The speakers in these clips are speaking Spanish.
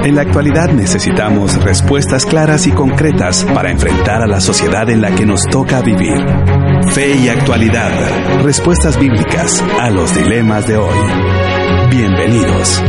En la actualidad necesitamos respuestas claras y concretas para enfrentar a la sociedad en la que nos toca vivir. Fe y actualidad. Respuestas bíblicas a los dilemas de hoy. Bienvenidos.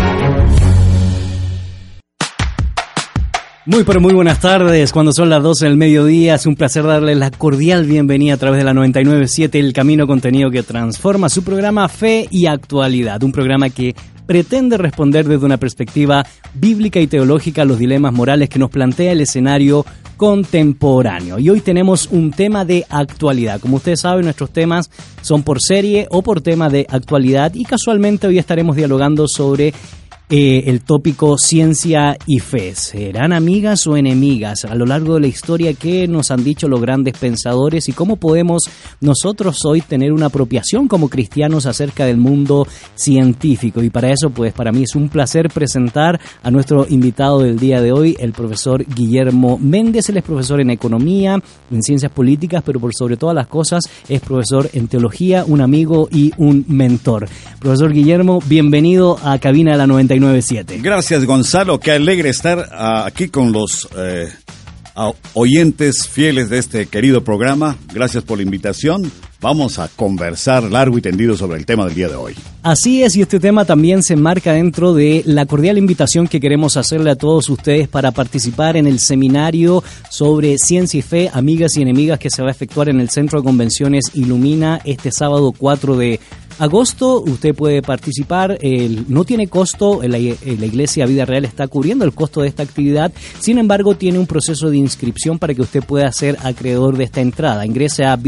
Muy buenas tardes, cuando son las 12 del mediodía, es un placer darles la cordial bienvenida a través de la 99.7, El Camino, contenido que transforma, su programa Fe y Actualidad, un programa que pretende responder desde una perspectiva bíblica y teológica a los dilemas morales que nos plantea el escenario contemporáneo. Y hoy tenemos un tema de actualidad. Como ustedes saben, nuestros temas son por serie o por tema de actualidad y casualmente hoy estaremos dialogando sobre el tópico ciencia y fe. ¿Serán amigas o enemigas? A lo largo de la historia, ¿qué nos han dicho los grandes pensadores y cómo podemos nosotros hoy tener una apropiación como cristianos acerca del mundo científico? Y para eso, pues para mí es un placer presentar a nuestro invitado del día de hoy, el profesor Guillermo Méndez. Él es profesor en economía, en ciencias políticas, pero por sobre todas las cosas es profesor en teología, un amigo y un mentor. Profesor Guillermo, bienvenido a Cabina de la 99.7. Gracias, Gonzalo, qué alegre estar aquí con los oyentes fieles de este querido programa. Gracias por la invitación. Vamos a conversar largo y tendido sobre el tema del día de hoy. Así es, y este tema también se enmarca dentro de la cordial invitación que queremos hacerle a todos ustedes para participar en el seminario sobre ciencia y fe, amigas y enemigas, que se va a efectuar en el Centro de Convenciones Ilumina este sábado 4 de agosto. Usted puede participar, no tiene costo, la Iglesia Vida Real está cubriendo el costo de esta actividad, sin embargo tiene un proceso de inscripción para que usted pueda ser acreedor de esta entrada. Ingrese a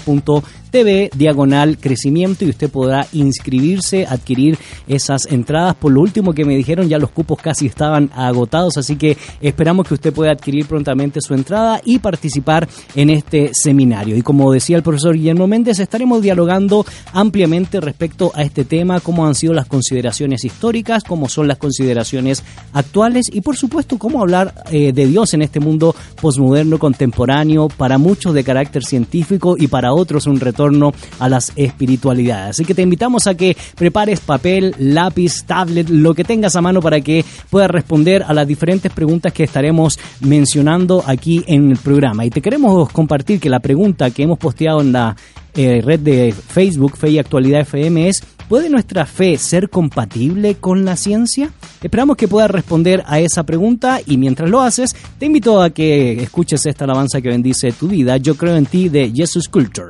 vidareal.tv/crecimiento y usted podrá inscribirse, adquirir esas entradas. Por lo último que me dijeron, ya los cupos casi estaban agotados, así que esperamos que usted pueda adquirir prontamente su entrada y participar en este seminario. Y como decía el profesor Guillermo Méndez, estaremos dialogando ampliamente respecto a este tema, cómo han sido las consideraciones históricas, cómo son las consideraciones actuales y por supuesto cómo hablar de Dios en este mundo posmoderno contemporáneo, para muchos de carácter científico y para otros un retorno a las espiritualidades. Así que te invitamos a que prepares papel, lápiz, tablet, lo que tengas a mano para que puedas responder a las diferentes preguntas que estaremos mencionando aquí en el programa. Y te queremos compartir que la pregunta que hemos posteado en la red de Facebook, Fe y Actualidad FM, es: ¿puede nuestra fe ser compatible con la ciencia? Esperamos que puedas responder a esa pregunta y mientras lo haces, te invito a que escuches esta alabanza que bendice tu vida, Yo creo en ti, de Jesus Culture.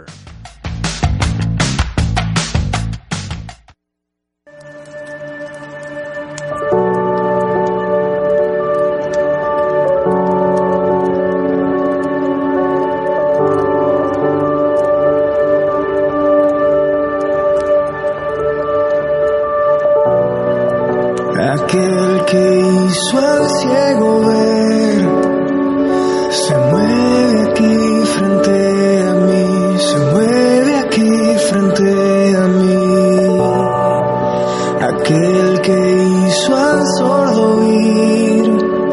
Aquel que hizo al ciego ver, se mueve aquí frente a mí, se mueve aquí frente a mí. Aquel que hizo al sordo oír,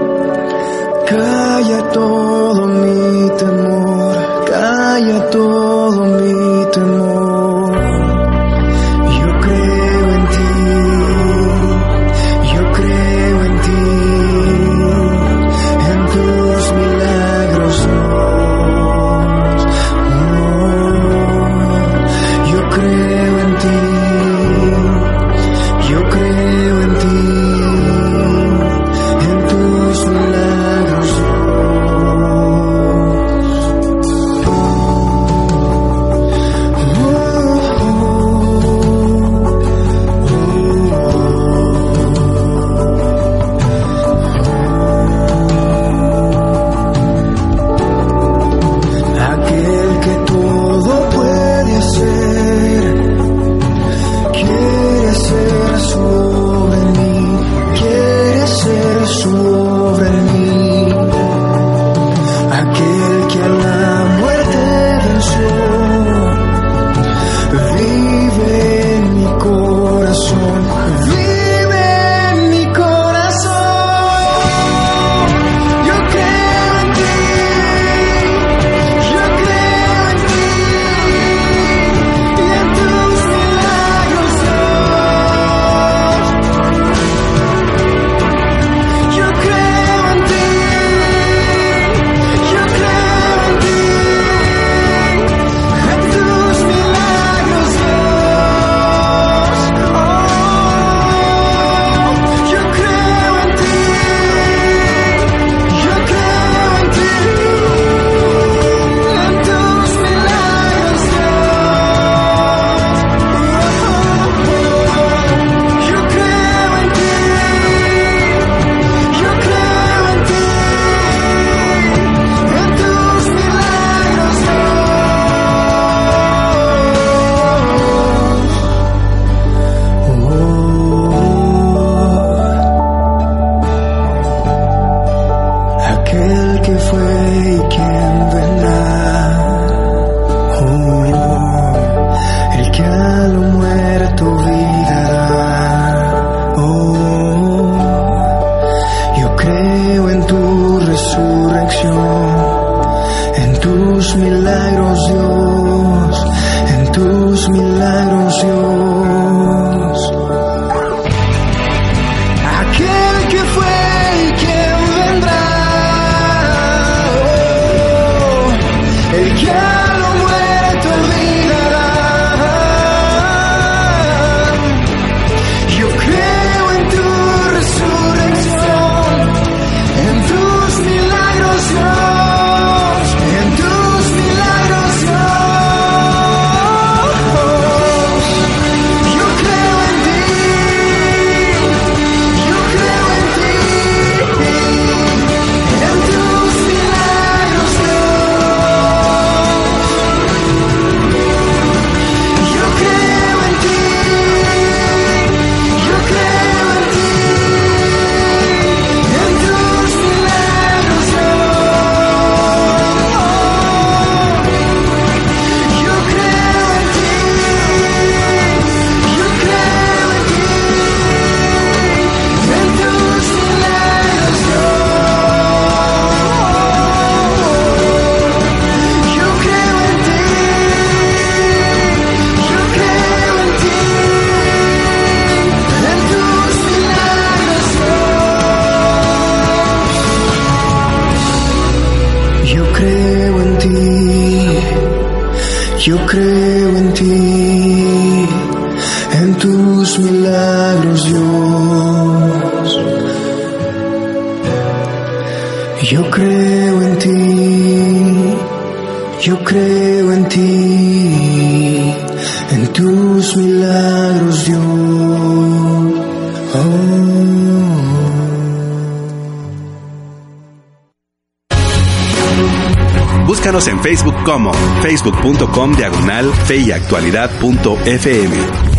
calla todo mi temor, calla todo mi temor. You Yo creo en ti, en tus milagros, Dios. Yo creo en ti, yo creo en ti, en tus milagros, Dios. Búscanos en Facebook como facebook.com/feyactualidad.fm.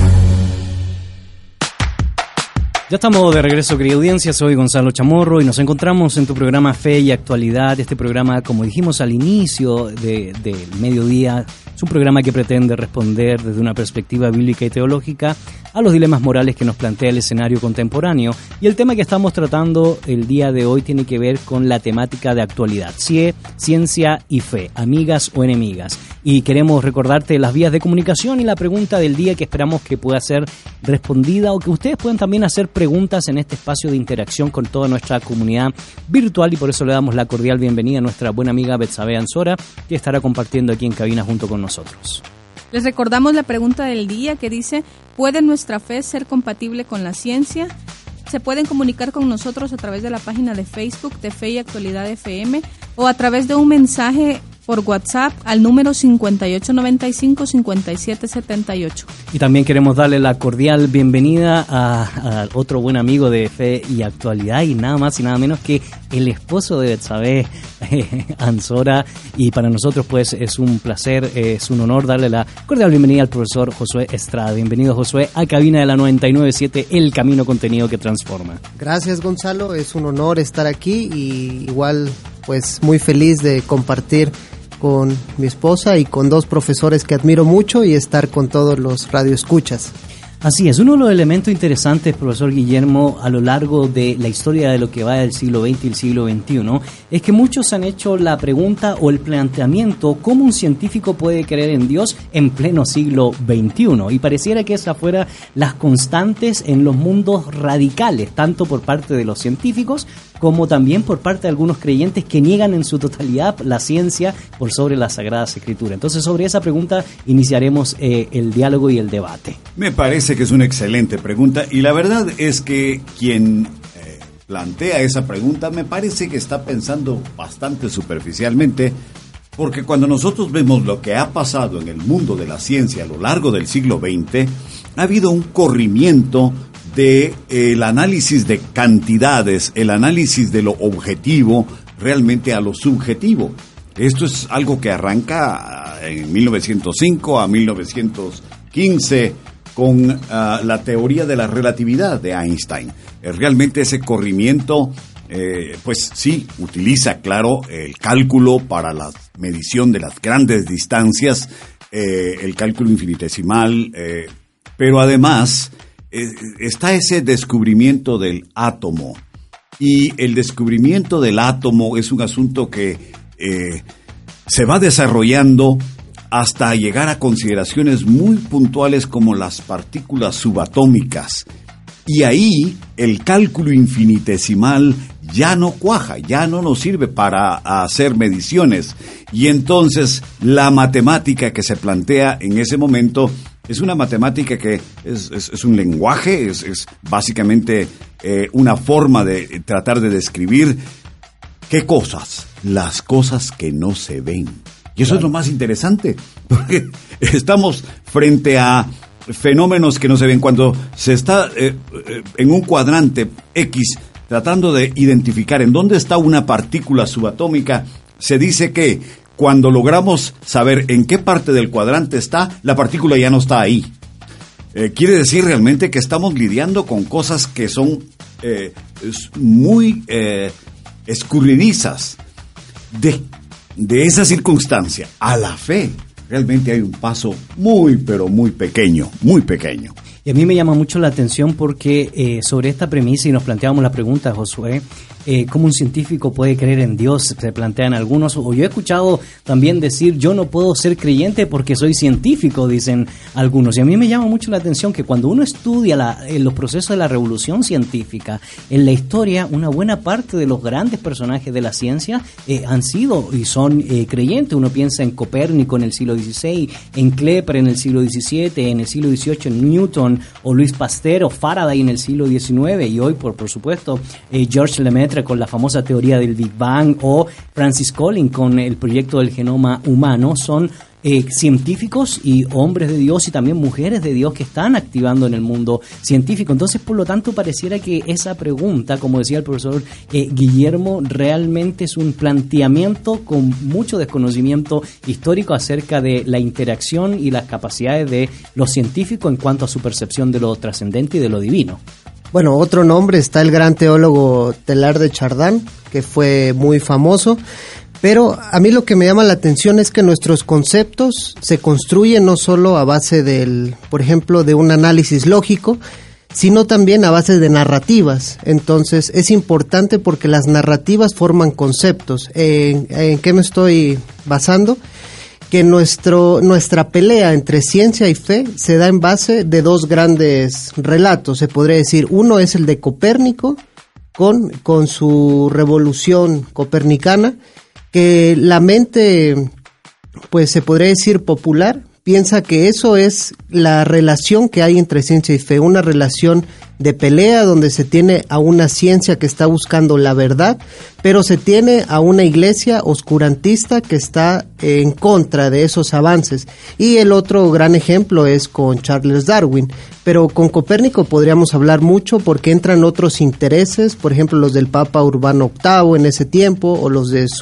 Ya estamos de regreso, querida audiencia. Soy Gonzalo Chamorro y nos encontramos en tu programa Fe y Actualidad. Este programa, como dijimos al inicio del mediodía, es un programa que pretende responder desde una perspectiva bíblica y teológica a los dilemas morales que nos plantea el escenario contemporáneo. Y el tema que estamos tratando el día de hoy tiene que ver con la temática de actualidad: ciencia y fe, amigas o enemigas. Y queremos recordarte las vías de comunicación y la pregunta del día que esperamos que pueda ser respondida, o que ustedes puedan también hacer preguntas en este espacio de interacción con toda nuestra comunidad virtual, y por eso le damos la cordial bienvenida a nuestra buena amiga Betsabe Ansora, que estará compartiendo aquí en cabina junto con nosotros. Les recordamos la pregunta del día que dice: ¿puede nuestra fe ser compatible con la ciencia? Se pueden comunicar con nosotros a través de la página de Facebook de Fe y Actualidad FM o a través de un mensaje por WhatsApp al número 5895-5778. Y también queremos darle la cordial bienvenida a otro buen amigo de Fe y Actualidad, y nada más y nada menos que el esposo de Betsabe Ansora. Y para nosotros pues es un placer, es un honor darle la cordial bienvenida al profesor Josué Estrada. Bienvenido, Josué, a cabina de la 99.7, El Camino Contenido que Transforma. Gracias, Gonzalo, es un honor estar aquí y igual pues muy feliz de compartir con mi esposa y con dos profesores que admiro mucho y estar con todos los radioescuchas. Así es, uno de los elementos interesantes, profesor Guillermo, a lo largo de la historia de lo que va del siglo XX y el siglo XXI, es que muchos han hecho la pregunta o el planteamiento: ¿cómo un científico puede creer en Dios en pleno siglo XXI? Y pareciera que esas fueran las constantes en los mundos radicales, tanto por parte de los científicos como también por parte de algunos creyentes que niegan en su totalidad la ciencia por sobre las Sagradas Escrituras. Entonces, sobre esa pregunta iniciaremos el diálogo y el debate. Me parece que es una excelente pregunta, y la verdad es que quien plantea esa pregunta me parece que está pensando bastante superficialmente, porque cuando nosotros vemos lo que ha pasado en el mundo de la ciencia a lo largo del siglo XX, ha habido un corrimiento de el análisis de cantidades, el análisis de lo objetivo realmente a lo subjetivo. Esto es algo que arranca en 1905 a 1915 con la teoría de la relatividad de Einstein. Realmente ese corrimiento, pues sí, utiliza, claro, el cálculo para la medición de las grandes distancias, el cálculo infinitesimal, pero además está ese descubrimiento del átomo, y el descubrimiento del átomo es un asunto que se va desarrollando hasta llegar a consideraciones muy puntuales como las partículas subatómicas, y ahí el cálculo infinitesimal ya no cuaja, ya no nos sirve para hacer mediciones, y entonces la matemática que se plantea en ese momento es una matemática que es un lenguaje, es básicamente una forma de tratar de describir ¿qué cosas? Las cosas que no se ven. Y eso es lo más interesante, porque estamos frente a fenómenos que no se ven. Cuando se está en un cuadrante X tratando de identificar en dónde está una partícula subatómica, se dice que cuando logramos saber en qué parte del cuadrante está, la partícula ya no está ahí. Quiere decir realmente que estamos lidiando con cosas que son muy escurridizas. De esa circunstancia a la fe, realmente hay un paso muy, pero muy pequeño, muy pequeño. Y a mí me llama mucho la atención porque sobre esta premisa, y nos planteábamos la pregunta, Josué, ¿cómo un científico puede creer en Dios? Se plantean algunos, o yo he escuchado también decir, yo no puedo ser creyente porque soy científico, dicen algunos. Y a mí me llama mucho la atención que cuando uno estudia los procesos de la revolución científica, en la historia, una buena parte de los grandes personajes de la ciencia han sido y son creyentes. Uno piensa en Copérnico en el siglo XVI, en Kepler en el siglo XVII, en el siglo XVIII en Newton, o Louis Pasteur o Faraday en el siglo XIX, y hoy, por supuesto, Georges Lemaitre con la famosa teoría del Big Bang, o Francis Collins con el proyecto del genoma humano. Son científicos y hombres de Dios y también mujeres de Dios que están activando en el mundo científico. Entonces, por lo tanto, pareciera que esa pregunta, como decía el profesor Guillermo, realmente es un planteamiento con mucho desconocimiento histórico acerca de la interacción y las capacidades de los científicos en cuanto a su percepción de lo trascendente y de lo divino. Bueno, otro nombre está el gran teólogo Teilhard de Chardin, que fue muy famoso. Pero a mí lo que me llama la atención es que nuestros conceptos se construyen no solo a base por ejemplo, de un análisis lógico, sino también a base de narrativas. Entonces es importante porque las narrativas forman conceptos. ¿En qué me estoy basando? Que nuestra pelea entre ciencia y fe se da en base de dos grandes relatos, se podría decir. Uno es el de Copérnico con su revolución copernicana, que la mente, pues se podría decir popular, piensa que eso es la relación que hay entre ciencia y fe, una relación de pelea donde se tiene a una ciencia que está buscando la verdad, pero se tiene a una iglesia oscurantista que está en contra de esos avances. Y el otro gran ejemplo es con Charles Darwin, pero con Copérnico podríamos hablar mucho porque entran otros intereses, por ejemplo los del Papa Urbano VIII en ese tiempo, o los de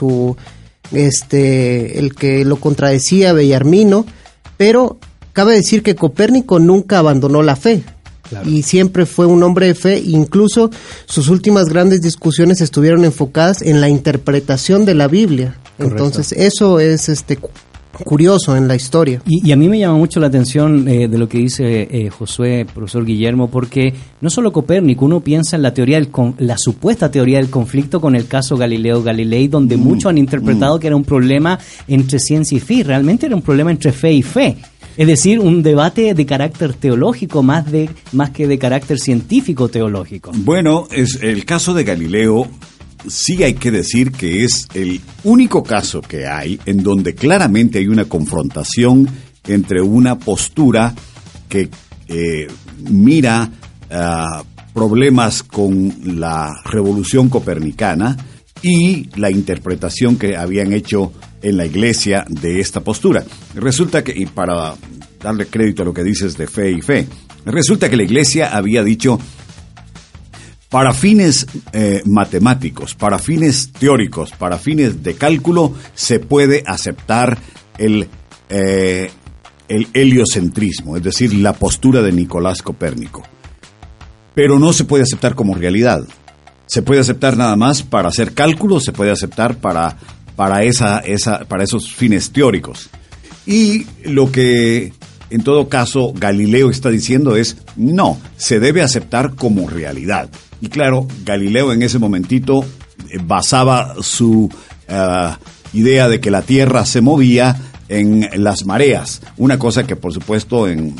el que lo contradecía, Bellarmino, pero cabe decir que Copérnico nunca abandonó la fe. Claro. Y siempre fue un hombre de fe, incluso sus últimas grandes discusiones estuvieron enfocadas en la interpretación de la Biblia. Correcto. Entonces eso es curioso en la historia. Y a mí me llama mucho la atención de lo que dice Josué, profesor Guillermo, porque no solo Copérnico, uno piensa en la supuesta teoría del conflicto con el caso Galileo Galilei, donde muchos han interpretado que era un problema entre ciencia y fe, realmente era un problema entre fe y fe. Es decir, un debate de carácter teológico más que de carácter científico teológico. Bueno, es el caso de Galileo. Sí hay que decir que es el único caso que hay en donde claramente hay una confrontación entre una postura que mira problemas con la revolución copernicana y la interpretación que habían hecho en la iglesia de esta postura. Resulta que, y para darle crédito a lo que dices de fe y fe, resulta que la iglesia había dicho: para fines matemáticos, para fines teóricos, para fines de cálculo, se puede aceptar el heliocentrismo, es decir, la postura de Nicolás Copérnico. Pero no se puede aceptar como realidad. Se puede aceptar nada más para hacer cálculos, se puede aceptar para esos fines teóricos. Y lo que en todo caso Galileo está diciendo es: no, se debe aceptar como realidad. Y claro, Galileo en ese momentito basaba su idea de que la Tierra se movía en las mareas, una cosa que por supuesto en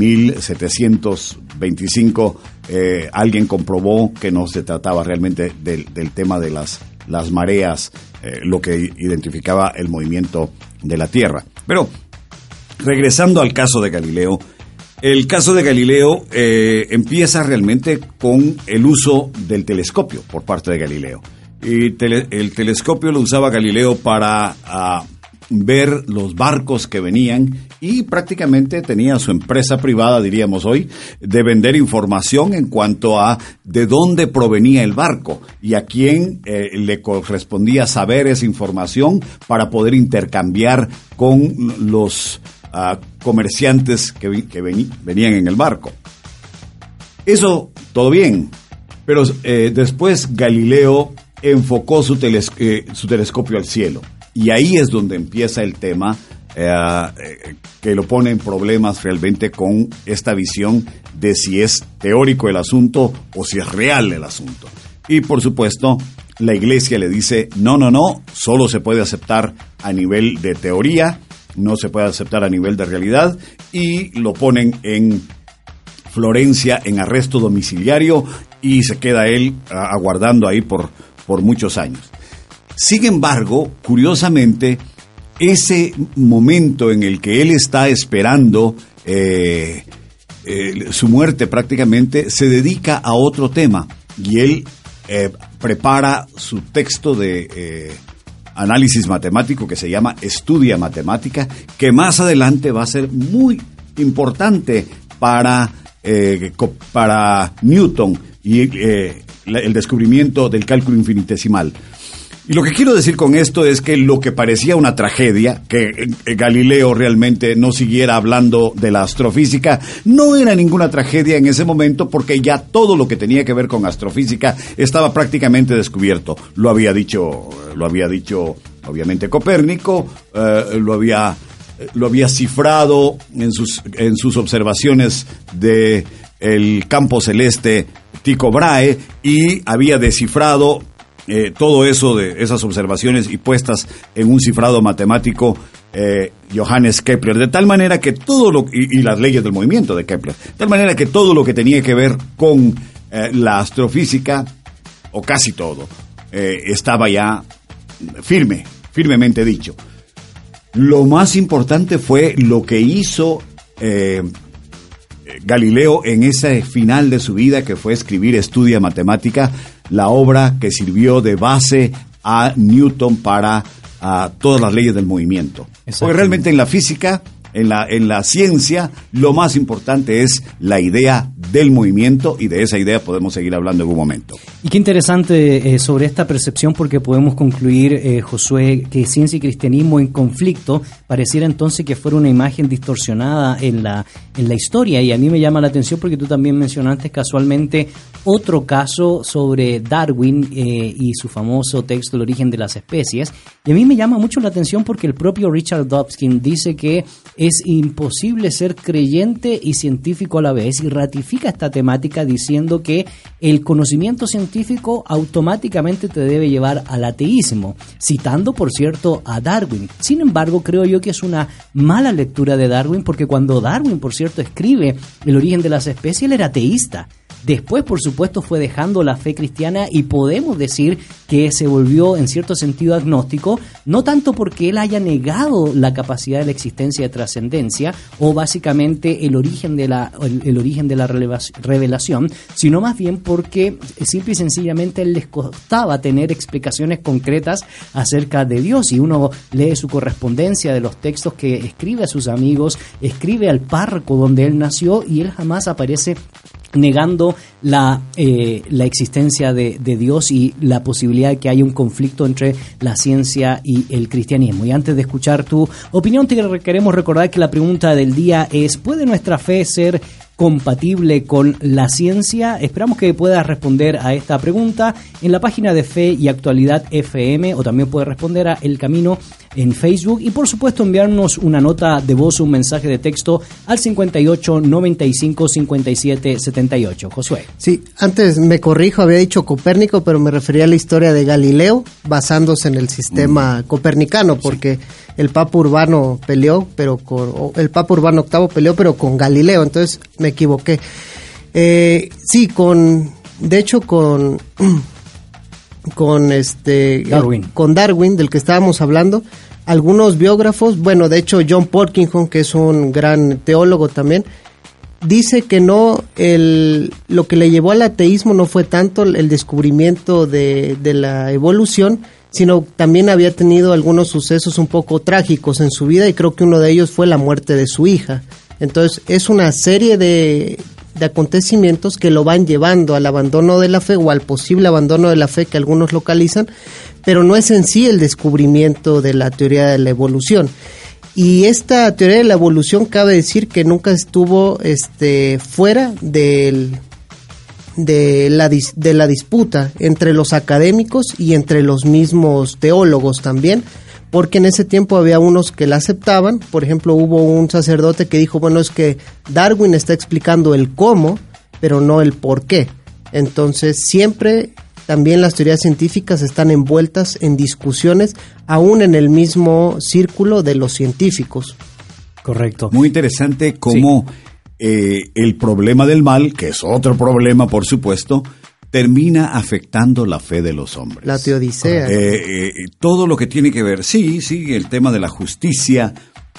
1725 alguien comprobó que no se trataba realmente del tema de las mareas, lo que identificaba el movimiento de la Tierra. Pero regresando al caso de Galileo, el caso de Galileo empieza realmente con el uso del telescopio por parte de Galileo. Y el telescopio lo usaba Galileo para ver los barcos que venían, y prácticamente tenía su empresa privada, diríamos hoy, de vender información en cuanto a de dónde provenía el barco y a quién le correspondía saber esa información para poder intercambiar con los comerciantes que venían en el barco. Eso todo bien, pero después Galileo enfocó su telescopio al cielo. Y ahí es donde empieza el tema que lo pone en problemas realmente con esta visión de si es teórico el asunto o si es real el asunto. Y por supuesto, la Iglesia le dice, no, solo se puede aceptar a nivel de teoría, no se puede aceptar a nivel de realidad, y lo ponen en Florencia en arresto domiciliario y se queda él aguardando ahí por muchos años. Sin embargo, curiosamente, ese momento en el que él está esperando su muerte prácticamente, se dedica a otro tema y él prepara su texto de análisis matemático que se llama Estudia Matemática, que más adelante va a ser muy importante para Newton y el descubrimiento del cálculo infinitesimal. Y lo que quiero decir con esto es que lo que parecía una tragedia, que Galileo realmente no siguiera hablando de la astrofísica, no era ninguna tragedia en ese momento, porque ya todo lo que tenía que ver con astrofísica estaba prácticamente descubierto. Lo había dicho obviamente Copérnico, lo había cifrado en sus observaciones de el campo celeste Tycho Brahe, y había descifrado todo eso de esas observaciones y puestas en un cifrado matemático Johannes Kepler, de tal manera que y las leyes del movimiento de Kepler, de tal manera que todo lo que tenía que ver con la astrofísica, o casi todo, estaba ya firmemente dicho. Lo más importante fue lo que hizo Galileo en ese final de su vida, que fue escribir Estudia Matemática, la obra que sirvió de base a Newton para todas las leyes del movimiento. Porque realmente en la física, en la ciencia, lo más importante es la idea del movimiento, y de esa idea podemos seguir hablando en un momento. Y qué interesante sobre esta percepción, porque podemos concluir, Josué, que ciencia y cristianismo en conflicto pareciera entonces que fuera una imagen distorsionada en la historia. Y a mí me llama la atención porque tú también mencionaste casualmente otro caso sobre Darwin y su famoso texto El origen de las especies. Y a mí me llama mucho la atención porque el propio Richard Dawkins dice que es imposible ser creyente y científico a la vez, y ratifica esta temática diciendo que el conocimiento científico automáticamente te debe llevar al ateísmo, citando, por cierto, a Darwin. Sin embargo, creo yo que es una mala lectura de Darwin, porque cuando Darwin, por cierto, escribe El origen de las especies, él era ateísta. Después, por supuesto, fue dejando la fe cristiana, y podemos decir que se volvió en cierto sentido agnóstico, no tanto porque él haya negado la capacidad de la existencia de trascendencia o básicamente el origen de la revelación, sino más bien porque simple y sencillamente les costaba tener explicaciones concretas acerca de Dios. Y uno lee su correspondencia de los textos que escribe a sus amigos, escribe al párroco donde él nació, y él jamás aparece negando la existencia de Dios y la posibilidad de que haya un conflicto entre la ciencia y el cristianismo. Y antes de escuchar tu opinión, te queremos recordar que la pregunta del día es: ¿puede nuestra fe ser compatible con la ciencia? Esperamos que puedas responder a esta pregunta en la página de Fe y Actualidad FM, o también puedes responder a El Camino en Facebook, y por supuesto enviarnos una nota de voz o un mensaje de texto al 58 95 57 78. Josué. Sí, antes me corrijo, había dicho Copérnico, pero me refería a la historia de Galileo basándose en el sistema copernicano, porque el Papa Urbano peleó, el Papa Urbano VIII peleó, pero con Galileo, entonces me equivoqué. Sí, con Darwin, del que estábamos hablando, algunos biógrafos, bueno, de hecho John Porkingham, que es un gran teólogo también, dice que lo que le llevó al ateísmo no fue tanto el descubrimiento de la evolución, sino también había tenido algunos sucesos un poco trágicos en su vida, y creo que uno de ellos fue la muerte de su hija. Entonces es una serie de acontecimientos que lo van llevando al abandono de la fe, o al posible abandono de la fe que algunos localizan, pero no es en sí el descubrimiento de la teoría de la evolución. Y esta teoría de la evolución cabe decir que nunca estuvo fuera de la disputa entre los académicos y entre los mismos teólogos también, porque en ese tiempo había unos que la aceptaban. Por ejemplo, hubo un sacerdote que dijo, bueno, es que Darwin está explicando el cómo, pero no el por qué. Entonces, siempre también las teorías científicas están envueltas en discusiones, aún en el mismo círculo de los científicos. Correcto. Muy interesante cómo el problema del mal, que es otro problema, por supuesto, termina afectando la fe de los hombres. La teodicea. Todo lo que tiene que ver, sí, el tema de la justicia,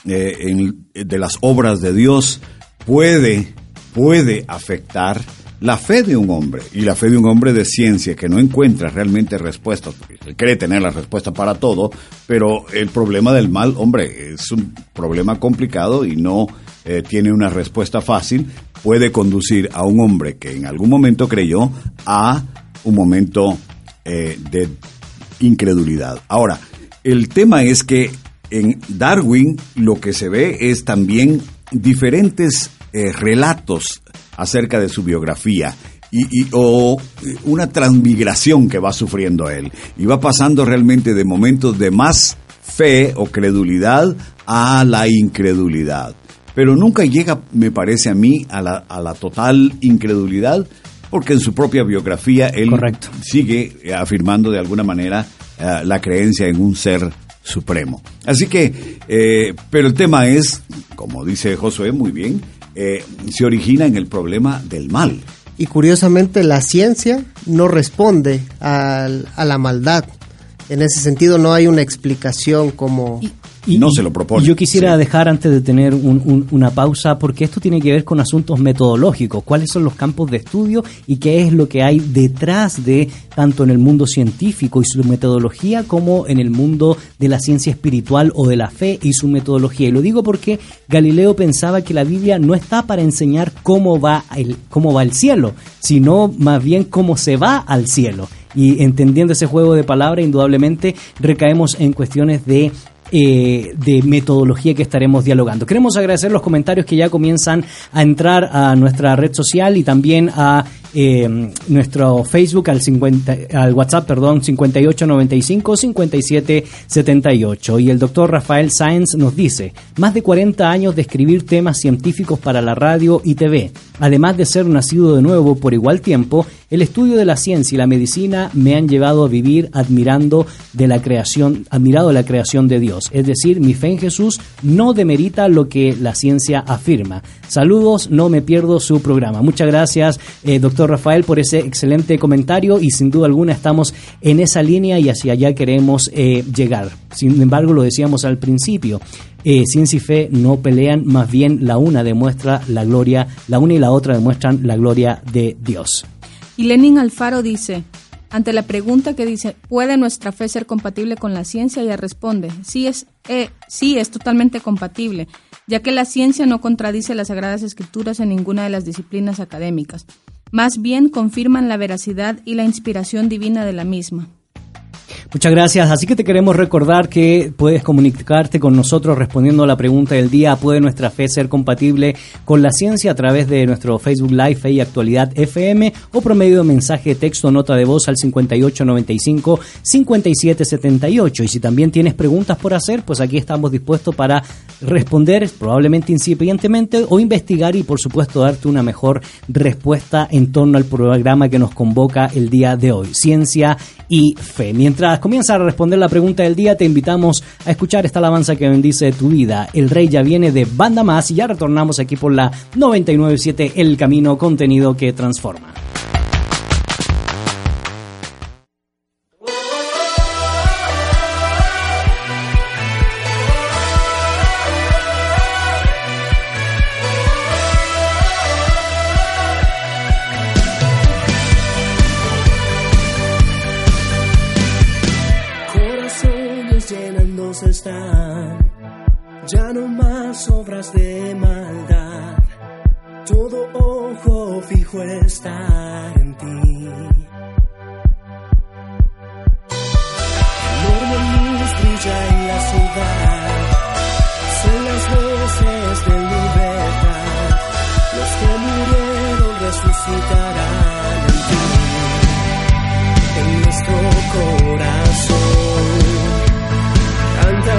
de las obras de Dios, puede afectar la fe de un hombre, y la fe de un hombre de ciencia que no encuentra realmente respuestas, porque él cree tener la respuesta para todo, pero el problema del mal, hombre, es un problema complicado y no tiene una respuesta fácil. Puede conducir a un hombre que en algún momento creyó a un momento de incredulidad. Ahora, el tema es que en Darwin lo que se ve es también diferentes relatos acerca de su biografía o una transmigración que va sufriendo él, y va pasando realmente de momentos de más fe o credulidad a la incredulidad, pero nunca llega, me parece a mí, a la total incredulidad, porque en su propia biografía él Correcto. sigue afirmando de alguna manera la creencia en un ser supremo. Así que, pero el tema es, como dice Josué muy bien, se origina en el problema del mal. Y curiosamente la ciencia no responde a la maldad. En ese sentido no hay una explicación como... No se lo propone. Yo quisiera dejar, antes de tener una pausa, porque esto tiene que ver con asuntos metodológicos. ¿Cuáles son los campos de estudio y qué es lo que hay detrás de, tanto en el mundo científico y su metodología, como en el mundo de la ciencia espiritual o de la fe y su metodología? Y lo digo porque Galileo pensaba que la Biblia no está para enseñar cómo va el cielo, sino más bien cómo se va al cielo. Y entendiendo ese juego de palabras, indudablemente recaemos en cuestiones de metodología que estaremos dialogando. Queremos agradecer los comentarios que ya comienzan a entrar a nuestra red social y también a nuestro Facebook al WhatsApp, 5895-5778. Y el doctor Rafael Sáenz nos dice: más de 40 años de escribir temas científicos para la radio y TV. Además de ser nacido de nuevo por igual tiempo, el estudio de la ciencia y la medicina me han llevado a vivir admirado la creación de Dios. Es decir, mi fe en Jesús no demerita lo que la ciencia afirma. Saludos, no me pierdo su programa. Muchas gracias, doctor Rafael, por ese excelente comentario, y sin duda alguna estamos en esa línea y hacia allá queremos llegar. Sin embargo, lo decíamos al principio, ciencia y fe no pelean, más bien la una demuestra la gloria, la una y la otra demuestran la gloria de Dios. Y Lenin Alfaro dice, ante la pregunta que dice, ¿puede nuestra fe ser compatible con la ciencia? Ella responde, sí es totalmente compatible, ya que la ciencia no contradice las Sagradas Escrituras en ninguna de las disciplinas académicas. Más bien confirman la veracidad y la inspiración divina de la misma. Muchas gracias. Así que te queremos recordar que puedes comunicarte con nosotros respondiendo a la pregunta del día: ¿puede nuestra fe ser compatible con la ciencia? A través de nuestro Facebook Live Fe y Actualidad FM, o por medio de mensaje de texto, nota de voz al 5895-5778. Y si también tienes preguntas por hacer, pues aquí estamos dispuestos para responder, probablemente incipientemente, o investigar y por supuesto darte una mejor respuesta en torno al programa que nos convoca el día de hoy: Ciencia y Fe. Mientras comienza a responder la pregunta del día, te invitamos a escuchar esta alabanza que bendice tu vida. El Rey ya viene, de Banda Más, y ya retornamos aquí por la 99.7 El Camino, contenido que transforma. Están, ya no más obras de maldad, todo ojo fijo está en ti. Enorme luz brilla en la ciudad, son las voces de libertad, los que murieron resucitarán en ti, en nuestro corazón. Canta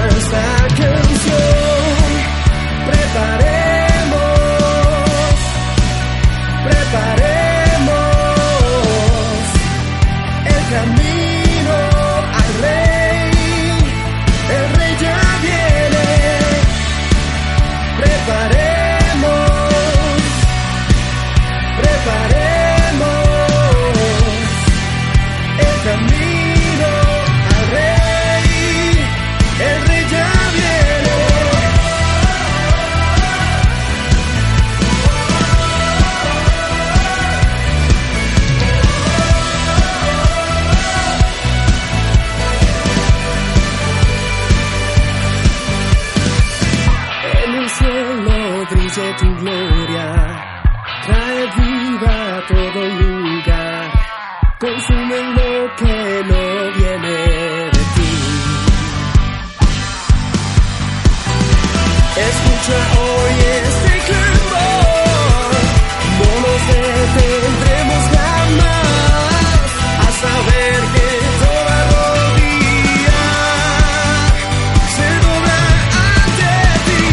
tu gloria. Trae vida a todo lugar. Consume lo que no viene de ti. Escucha hoy este clamor. No nos detendremos jamás a saber que toda rodilla se dobla ante ti.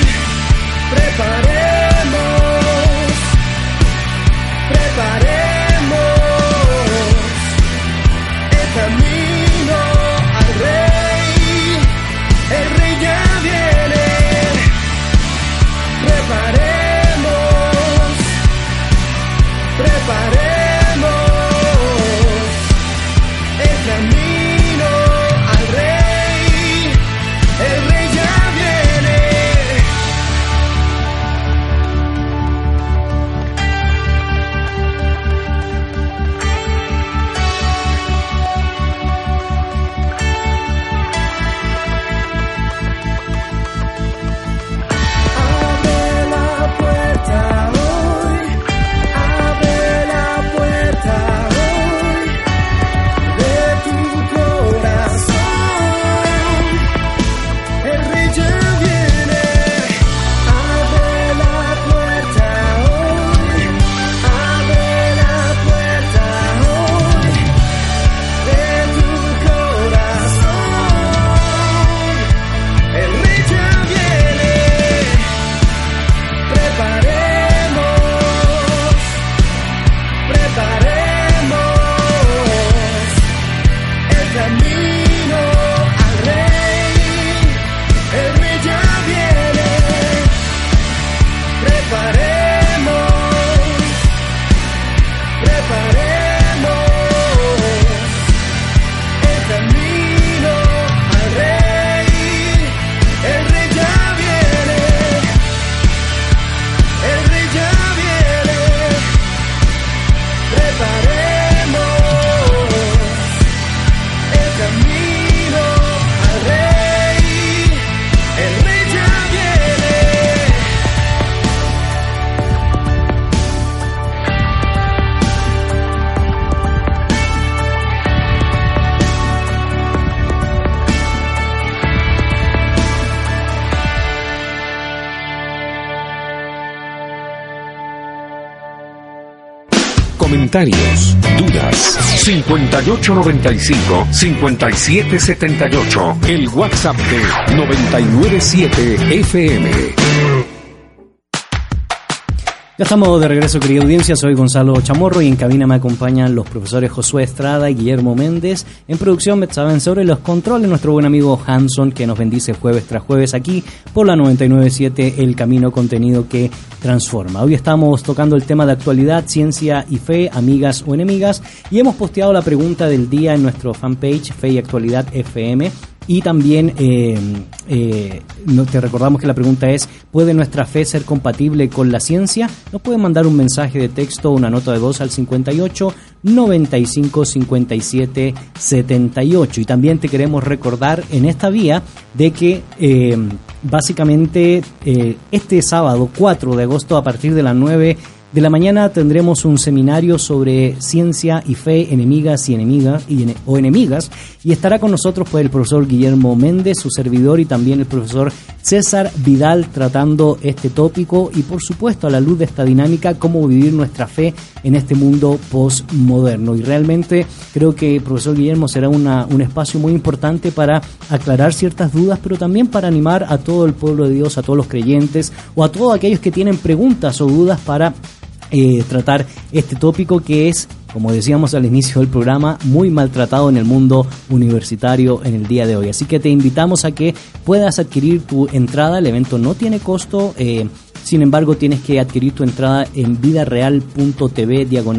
Preparemos el camino al Rey. El Rey ya viene. Preparemos el camino al Rey. El Rey ya viene. Abre la puerta hoy de tu corazón. El Rey ya viene. Abre la puerta hoy. Abre la puerta hoy de tu corazón. El Rey ya viene. Preparemos el camino al Rey. El Rey ya viene. Preparemos el camino al Rey. El Rey ya viene. El Rey ya viene. Preparemos el camino al Rey. El Rey ya viene. Comentarios, dudas, 5895-5778, el WhatsApp de 997 FM. Ya estamos de regreso, querida audiencia. Soy Gonzalo Chamorro y en cabina me acompañan los profesores Josué Estrada y Guillermo Méndez. En producción, saben sobre los controles nuestro buen amigo Hanson, que nos bendice jueves tras jueves aquí por la 997 El Camino, contenido que transforma. Hoy estamos tocando el tema de actualidad, ciencia y fe, amigas o enemigas, y hemos posteado la pregunta del día en nuestro fanpage Fe y Actualidad FM. Y también te recordamos que la pregunta es: ¿puede nuestra fe ser compatible con la ciencia? Nos pueden mandar un mensaje de texto o una nota de voz al 58 95 57 78. Y también te queremos recordar en esta vía de que básicamente este sábado 4 de agosto a partir de las 9 de la mañana tendremos un seminario sobre ciencia y fe, enemigas y enemigas o enemigas, y estará con nosotros pues el profesor Guillermo Méndez, su servidor, y también el profesor César Vidal, tratando este tópico y por supuesto a la luz de esta dinámica cómo vivir nuestra fe en este mundo postmoderno. Y realmente creo que el profesor Guillermo será un espacio muy importante para aclarar ciertas dudas, pero también para animar a todo el pueblo de Dios, a todos los creyentes o a todos aquellos que tienen preguntas o dudas para tratar este tópico que es, como decíamos al inicio del programa, muy maltratado en el mundo universitario en el día de hoy. Así que te invitamos a que puedas adquirir tu entrada. El evento no tiene costo, sin embargo tienes que adquirir tu entrada en vidareal.tv/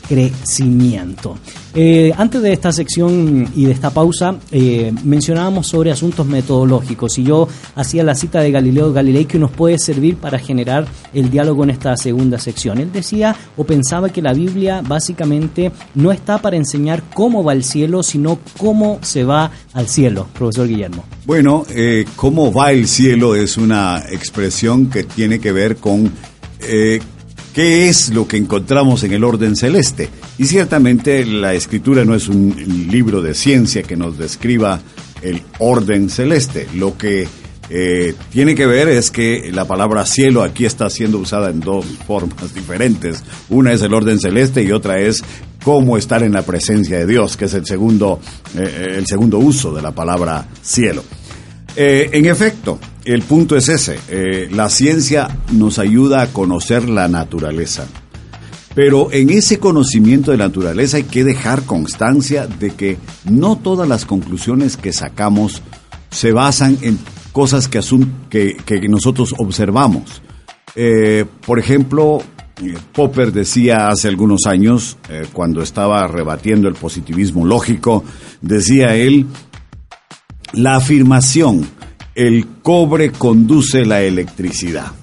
crecimiento. Antes de esta sección y de esta pausa, mencionábamos sobre asuntos metodológicos y yo hacía la cita de Galileo Galilei que nos puede servir para generar el diálogo en esta segunda sección. Él decía o pensaba que la Biblia básicamente no está para enseñar cómo va al cielo, sino cómo se va al cielo. Profesor Guillermo. Bueno, cómo va el cielo es una expresión que tiene que ver con qué es lo que encontramos en el orden celeste. Y ciertamente la Escritura no es un libro de ciencia que nos describa el orden celeste. Lo que tiene que ver es que la palabra cielo aquí está siendo usada en dos formas diferentes. Una es el orden celeste y otra es cómo estar en la presencia de Dios, que es el segundo uso de la palabra cielo. En efecto, el punto es ese. La ciencia nos ayuda a conocer la naturaleza. Pero en ese conocimiento de la naturaleza hay que dejar constancia de que no todas las conclusiones que sacamos se basan en cosas que nosotros observamos. Por ejemplo, Popper decía hace algunos años, cuando estaba rebatiendo el positivismo lógico, decía él, la afirmación, el cobre conduce la electricidad.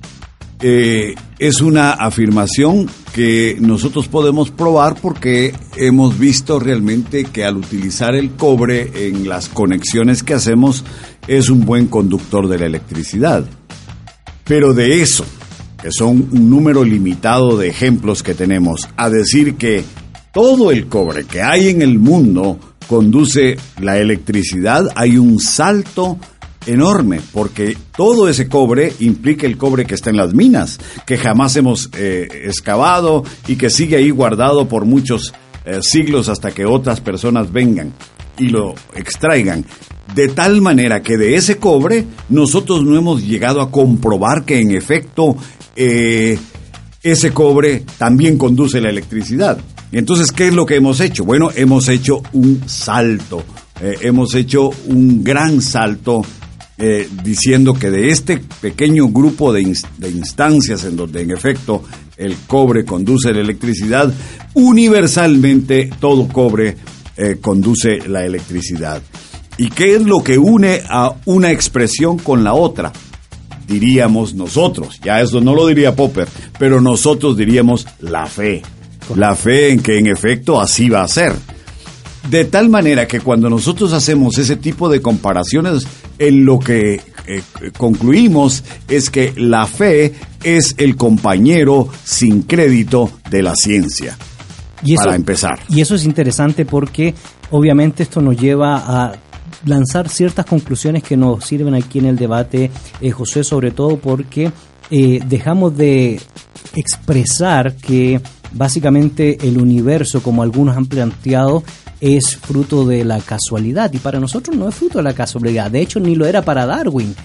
Es una afirmación que nosotros podemos probar porque hemos visto realmente que al utilizar el cobre en las conexiones que hacemos es un buen conductor de la electricidad. Pero de eso, que son un número limitado de ejemplos que tenemos, a decir que todo el cobre que hay en el mundo conduce la electricidad, hay un salto enorme, porque todo ese cobre implica el cobre que está en las minas, que jamás hemos excavado y que sigue ahí guardado por muchos siglos hasta que otras personas vengan y lo extraigan. De tal manera que de ese cobre nosotros no hemos llegado a comprobar que en efecto ese cobre también conduce la electricidad. Entonces, ¿qué es lo que hemos hecho? Bueno, hemos hecho un salto, hemos hecho un gran salto diciendo que de este pequeño grupo de instancias en donde en efecto el cobre conduce la electricidad, universalmente todo cobre conduce la electricidad. ¿Y qué es lo que une a una expresión con la otra? Diríamos nosotros, ya eso no lo diría Popper, pero nosotros diríamos la fe. La fe en que en efecto así va a ser. De tal manera que cuando nosotros hacemos ese tipo de comparaciones, en lo que concluimos es que la fe es el compañero sin crédito de la ciencia. Y eso, para empezar. Y eso es interesante porque obviamente esto nos lleva a lanzar ciertas conclusiones que nos sirven aquí en el debate, José, sobre todo porque dejamos de expresar que básicamente el universo, como algunos han planteado, es fruto de la casualidad, y para nosotros no es fruto de la casualidad, de hecho ni lo era para Darwin,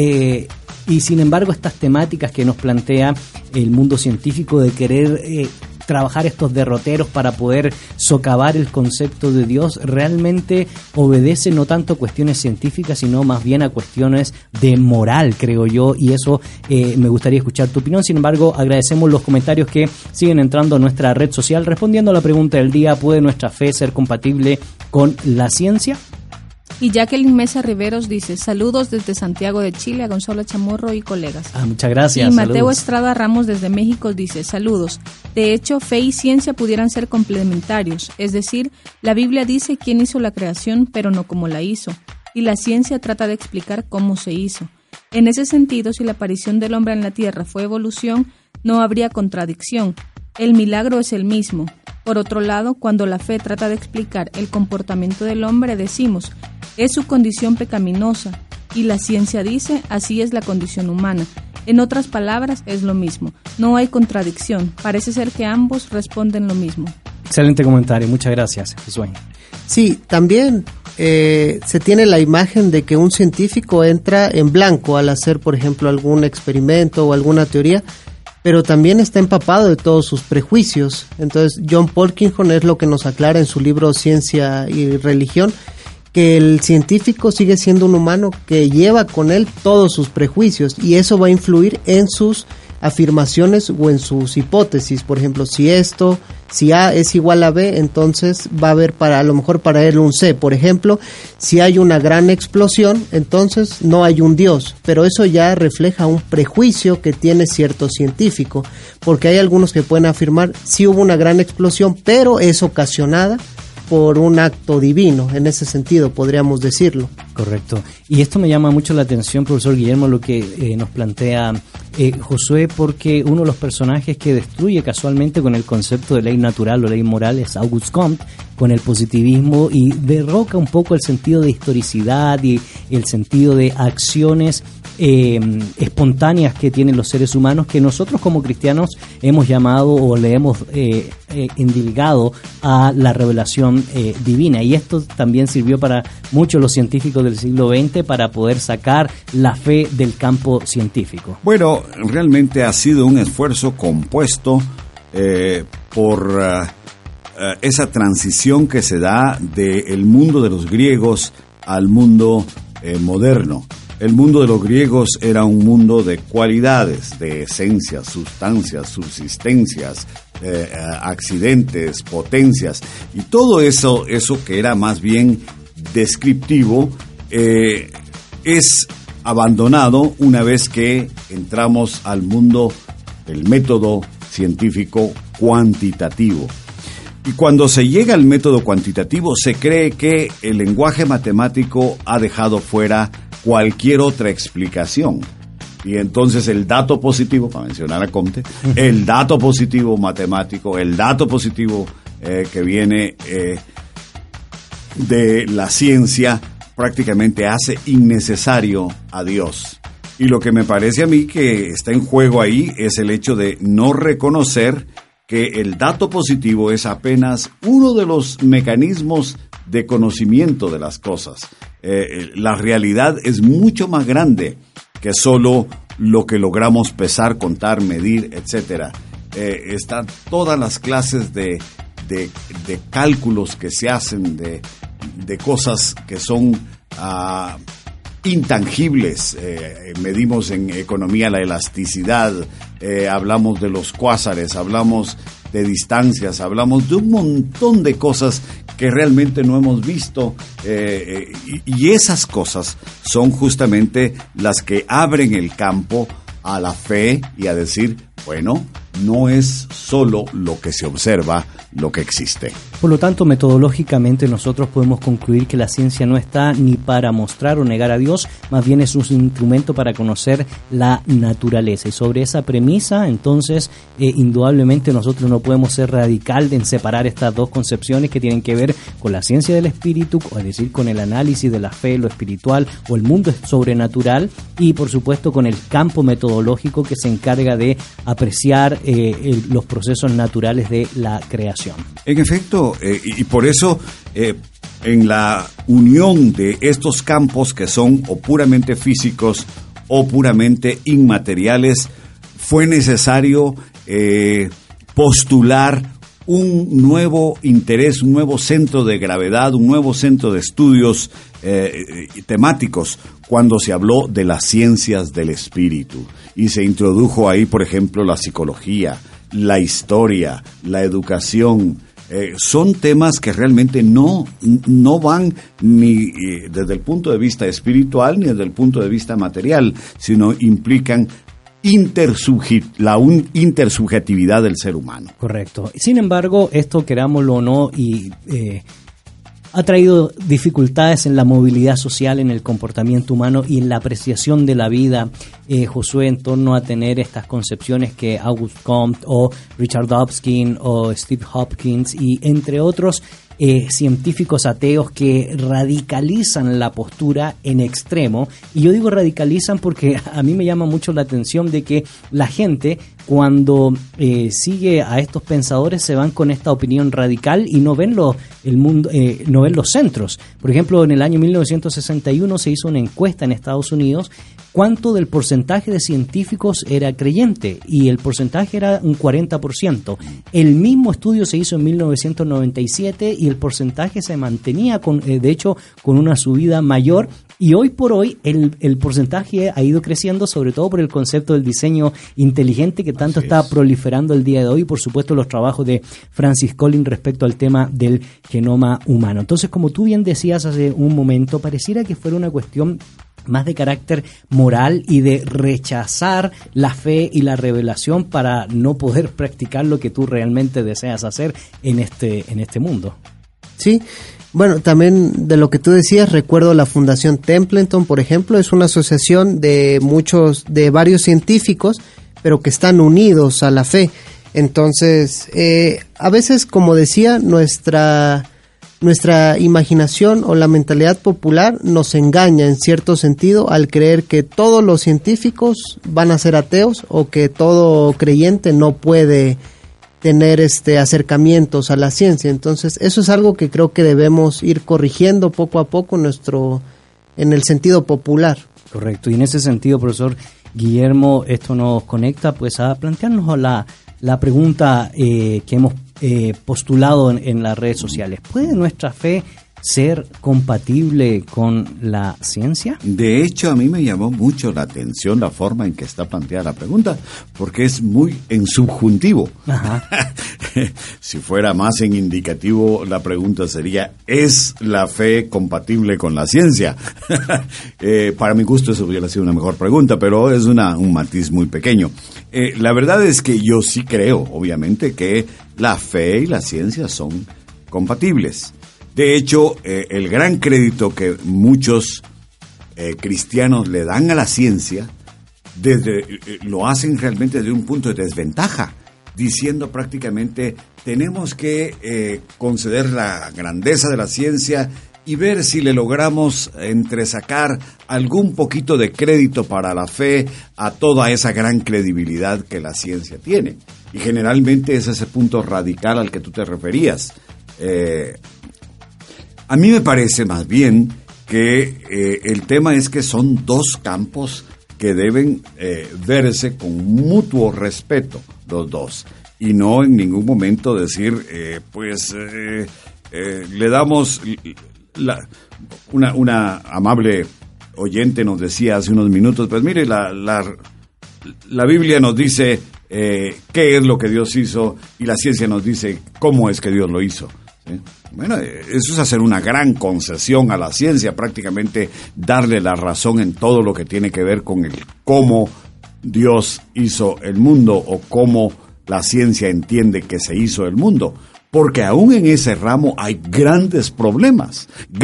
y sin embargo estas temáticas que nos plantea el mundo científico de querer trabajar estos derroteros para poder socavar el concepto de Dios realmente obedece no tanto a cuestiones científicas, sino más bien a cuestiones de moral, creo yo, y eso me gustaría escuchar tu opinión. Sin embargo, agradecemos los comentarios que siguen entrando a nuestra red social respondiendo a la pregunta del día: ¿puede nuestra fe ser compatible con la ciencia? Y Jacqueline Mesa Riveros dice: saludos desde Santiago de Chile a Gonzalo Chamorro y colegas. Muchas gracias. Y Mateo saludos. Estrada Ramos desde México dice: saludos. De hecho, fe y ciencia pudieran ser complementarios, es decir, la Biblia dice quién hizo la creación, pero no cómo la hizo, y la ciencia trata de explicar cómo se hizo. En ese sentido, si la aparición del hombre en la tierra fue evolución, no habría contradicción. El milagro es el mismo. Por otro lado, cuando la fe trata de explicar el comportamiento del hombre, decimos: es su condición pecaminosa, y la ciencia dice: así es la condición humana. En otras palabras, es lo mismo. No hay contradicción. Parece ser que ambos responden lo mismo. Excelente comentario. Muchas gracias, Josué. Sí, también se tiene la imagen de que un científico entra en blanco al hacer, por ejemplo, algún experimento o alguna teoría, pero también está empapado de todos sus prejuicios. Entonces, John Polkinghorne es lo que nos aclara en su libro Ciencia y Religión, que el científico sigue siendo un humano que lleva con él todos sus prejuicios, y eso va a influir en sus afirmaciones o en sus hipótesis. Por ejemplo, si esto Si A es igual a B, entonces va a haber a lo mejor para él un C. Por ejemplo, si hay una gran explosión, entonces no hay un Dios, pero eso ya refleja un prejuicio que tiene cierto científico, porque hay algunos que pueden afirmar sí hubo una gran explosión, pero es ocasionada por un acto divino, en ese sentido podríamos decirlo. Correcto. Y esto me llama mucho la atención, profesor Guillermo, lo que nos plantea Josué, porque uno de los personajes que destruye casualmente con el concepto de ley natural o ley moral es Auguste Comte, con el positivismo, y derroca un poco el sentido de historicidad y el sentido de acciones espontáneas que tienen los seres humanos, que nosotros como cristianos hemos llamado o le hemos endilgado a la revelación divina, y esto también sirvió para muchos los científicos del siglo XX para poder sacar la fe del campo científico. Bueno, realmente ha sido un esfuerzo compuesto por esa transición que se da del mundo de los griegos al mundo moderno. El mundo de los griegos era un mundo de cualidades, de esencias, sustancias, subsistencias, accidentes, potencias, y todo eso que era más bien descriptivo es abandonado una vez que entramos al mundo del método científico cuantitativo. Y cuando se llega al método cuantitativo se cree que el lenguaje matemático ha dejado fuera cualquier otra explicación. Y entonces el dato positivo, para mencionar a Comte, el dato positivo matemático, el dato positivo que viene de la ciencia, prácticamente hace innecesario a Dios. Y lo que me parece a mí que está en juego ahí es el hecho de no reconocer que el dato positivo es apenas uno de los mecanismos de conocimiento de las cosas. La realidad es mucho más grande que solo lo que logramos pesar, contar, medir, etcétera. Están todas las clases de cálculos que se hacen, de cosas que son intangibles. Medimos en economía la elasticidad, hablamos de los cuásares, hablamos de distancias, hablamos de un montón de cosas que realmente no hemos visto, y esas cosas son justamente las que abren el campo a la fe y a decir, bueno, no es solo lo que se observa lo que existe. Por lo tanto, metodológicamente nosotros podemos concluir que la ciencia no está ni para mostrar o negar a Dios, más bien es un instrumento para conocer la naturaleza. Y sobre esa premisa, entonces, indudablemente nosotros no podemos ser radical en separar estas dos concepciones que tienen que ver con la ciencia del espíritu, es decir, con el análisis de la fe, lo espiritual o el mundo sobrenatural, y por supuesto con el campo metodológico que se encarga de apreciar los procesos naturales de la creación. En efecto, y por eso en la unión de estos campos que son o puramente físicos o puramente inmateriales, fue necesario postular un nuevo interés, un nuevo centro de gravedad, un nuevo centro de estudios temáticos, cuando se habló de las ciencias del espíritu. Y se introdujo ahí, por ejemplo, la psicología, la historia, la educación. Son temas que realmente no van ni desde el punto de vista espiritual ni desde el punto de vista material, sino implican la intersubjetividad del ser humano. Correcto. Sin embargo, esto, querámoslo o no, y ha traído dificultades en la movilidad social, en el comportamiento humano y en la apreciación de la vida, Josué, en torno a tener estas concepciones que Auguste Comte o Richard Dawkins o Steve Hopkins y entre otros científicos ateos que radicalizan la postura en extremo. Y yo digo radicalizan porque a mí me llama mucho la atención de que la gente, cuando sigue a estos pensadores, se van con esta opinión radical y no ven el mundo, no ven los centros. Por ejemplo, en el año 1961 se hizo una encuesta en Estados Unidos cuánto del porcentaje de científicos era creyente, y el porcentaje era un 40%. El mismo estudio se hizo en 1997 y el porcentaje se mantenía, de hecho, con una subida mayor. Y hoy por hoy el porcentaje ha ido creciendo, sobre todo por el concepto del diseño inteligente, que tanto está proliferando el día de hoy, y por supuesto los trabajos de Francis Collins respecto al tema del genoma humano. Entonces, como tú bien decías hace un momento, pareciera que fuera una cuestión más de carácter moral y de rechazar la fe y la revelación para no poder practicar lo que tú realmente deseas hacer en este mundo. Sí. Bueno, también de lo que tú decías, recuerdo la Fundación Templeton, por ejemplo, es una asociación de varios científicos, pero que están unidos a la fe. Entonces, a veces, como decía, nuestra imaginación o la mentalidad popular nos engaña en cierto sentido al creer que todos los científicos van a ser ateos o que todo creyente no puede tener acercamientos a la ciencia. Entonces, eso es algo que creo que debemos ir corrigiendo poco a poco en el sentido popular. Correcto, y en ese sentido, profesor Guillermo, esto nos conecta pues a plantearnos la pregunta que hemos postulado en las redes sociales. ¿Puede nuestra fe ser compatible con la ciencia? De hecho, a mí me llamó mucho la atención la forma en que está planteada la pregunta, porque es muy en subjuntivo. Ajá. Si fuera más en indicativo, la pregunta sería, ¿es la fe compatible con la ciencia? Para mi gusto eso hubiera sido una mejor pregunta, pero es un matiz muy pequeño. La verdad es que yo sí creo, obviamente, que la fe y la ciencia son compatibles. De hecho, el gran crédito que muchos cristianos le dan a la ciencia, lo hacen realmente desde un punto de desventaja, diciendo prácticamente tenemos que conceder la grandeza de la ciencia y ver si le logramos entresacar algún poquito de crédito para la fe a toda esa gran credibilidad que la ciencia tiene. Y generalmente es ese punto radical al que tú te referías. A mí me parece más bien que el tema es que son dos campos que deben verse con mutuo respeto, los dos, y no en ningún momento decir, le damos... Una amable oyente nos decía hace unos minutos, pues mire, la Biblia nos dice qué es lo que Dios hizo y la ciencia nos dice cómo es que Dios lo hizo. ¿Sí? Bueno, eso es hacer una gran concesión a la ciencia, prácticamente darle la razón en todo lo que tiene que ver con el cómo Dios hizo el mundo o cómo la ciencia entiende que se hizo el mundo. Porque aún en ese ramo hay grandes problemas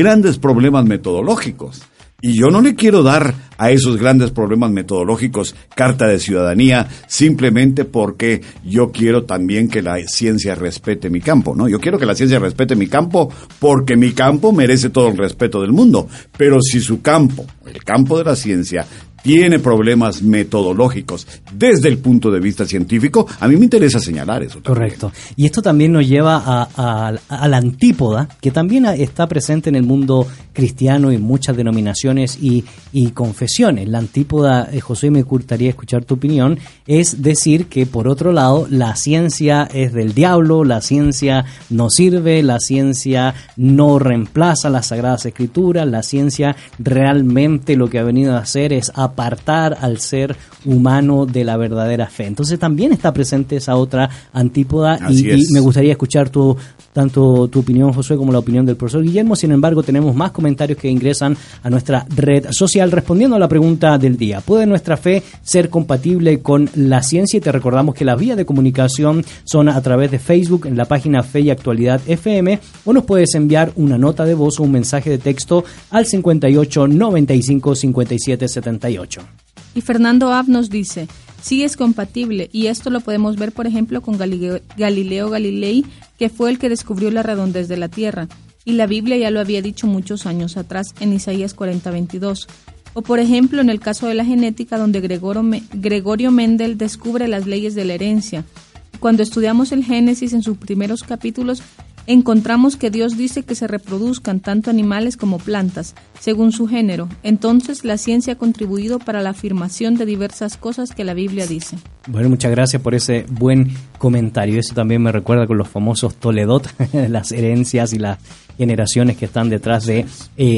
metodológicos. Y yo no le quiero dar a esos grandes problemas metodológicos carta de ciudadanía simplemente porque yo quiero también que la ciencia respete mi campo, ¿no? Yo quiero que la ciencia respete mi campo porque mi campo merece todo el respeto del mundo. Pero si su campo, el campo de la ciencia, tiene problemas metodológicos desde el punto de vista científico, a mí me interesa señalar eso también. Correcto. Y esto también nos lleva a la antípoda, que también está presente en el mundo cristiano y muchas denominaciones y confesiones. La antípoda, José, me gustaría escuchar tu opinión, es decir que, por otro lado, la ciencia es del diablo, la ciencia no sirve, la ciencia no reemplaza las Sagradas Escrituras, la ciencia realmente lo que ha venido a hacer es apartar al ser humano de la verdadera fe. Entonces también está presente esa otra antípoda y me gustaría escuchar tanto tu opinión, Josué, como la opinión del profesor Guillermo. Sin embargo, tenemos más comentarios que ingresan a nuestra red social respondiendo a la pregunta del día. ¿Puede nuestra fe ser compatible con la ciencia? Y te recordamos que las vías de comunicación son a través de Facebook en la página Fe y Actualidad FM, o nos puedes enviar una nota de voz o un mensaje de texto al 58 95 57 78. Y Fernando Ab nos dice, sí es compatible, y esto lo podemos ver, por ejemplo, con Galileo Galilei, que fue el que descubrió la redondez de la Tierra, y la Biblia ya lo había dicho muchos años atrás en Isaías 40:22. O por ejemplo, en el caso de la genética, donde Gregorio Mendel descubre las leyes de la herencia. Cuando estudiamos el Génesis en sus primeros capítulos, encontramos que Dios dice que se reproduzcan tanto animales como plantas, según su género. Entonces, la ciencia ha contribuido para la afirmación de diversas cosas que la Biblia dice. Bueno, muchas gracias por ese buen comentario. Eso también me recuerda con los famosos Toledot, las herencias y las generaciones que están detrás de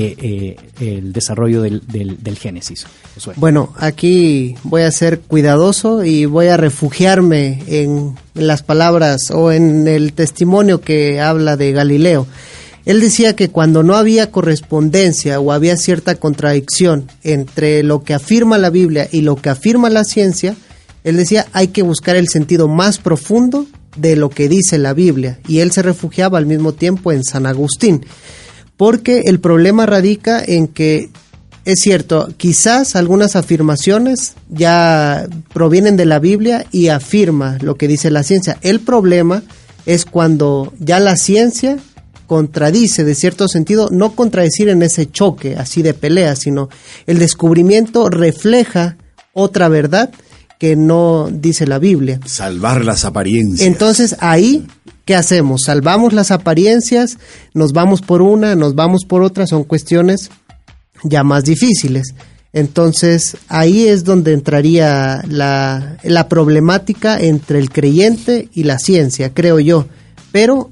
el desarrollo del Génesis. Josué. Bueno, aquí voy a ser cuidadoso y voy a refugiarme en las palabras o en el testimonio que habla de Galileo. Él decía que cuando no había correspondencia o había cierta contradicción entre lo que afirma la Biblia y lo que afirma la ciencia, él decía, hay que buscar el sentido más profundo de lo que dice la Biblia. Y él se refugiaba al mismo tiempo en San Agustín. Porque el problema radica en que, es cierto, quizás algunas afirmaciones ya provienen de la Biblia y afirma lo que dice la ciencia. El problema es cuando ya la ciencia contradice de cierto sentido, no contradecir en ese choque así de pelea, sino el descubrimiento refleja otra verdad que no dice la Biblia. Salvar las apariencias. Entonces ahí, ¿qué hacemos? ¿Salvamos las apariencias? ¿Nos vamos por una? ¿Nos vamos por otra? Son cuestiones ya más difíciles. Entonces ahí es donde entraría la problemática entre el creyente y la ciencia, creo yo. Pero,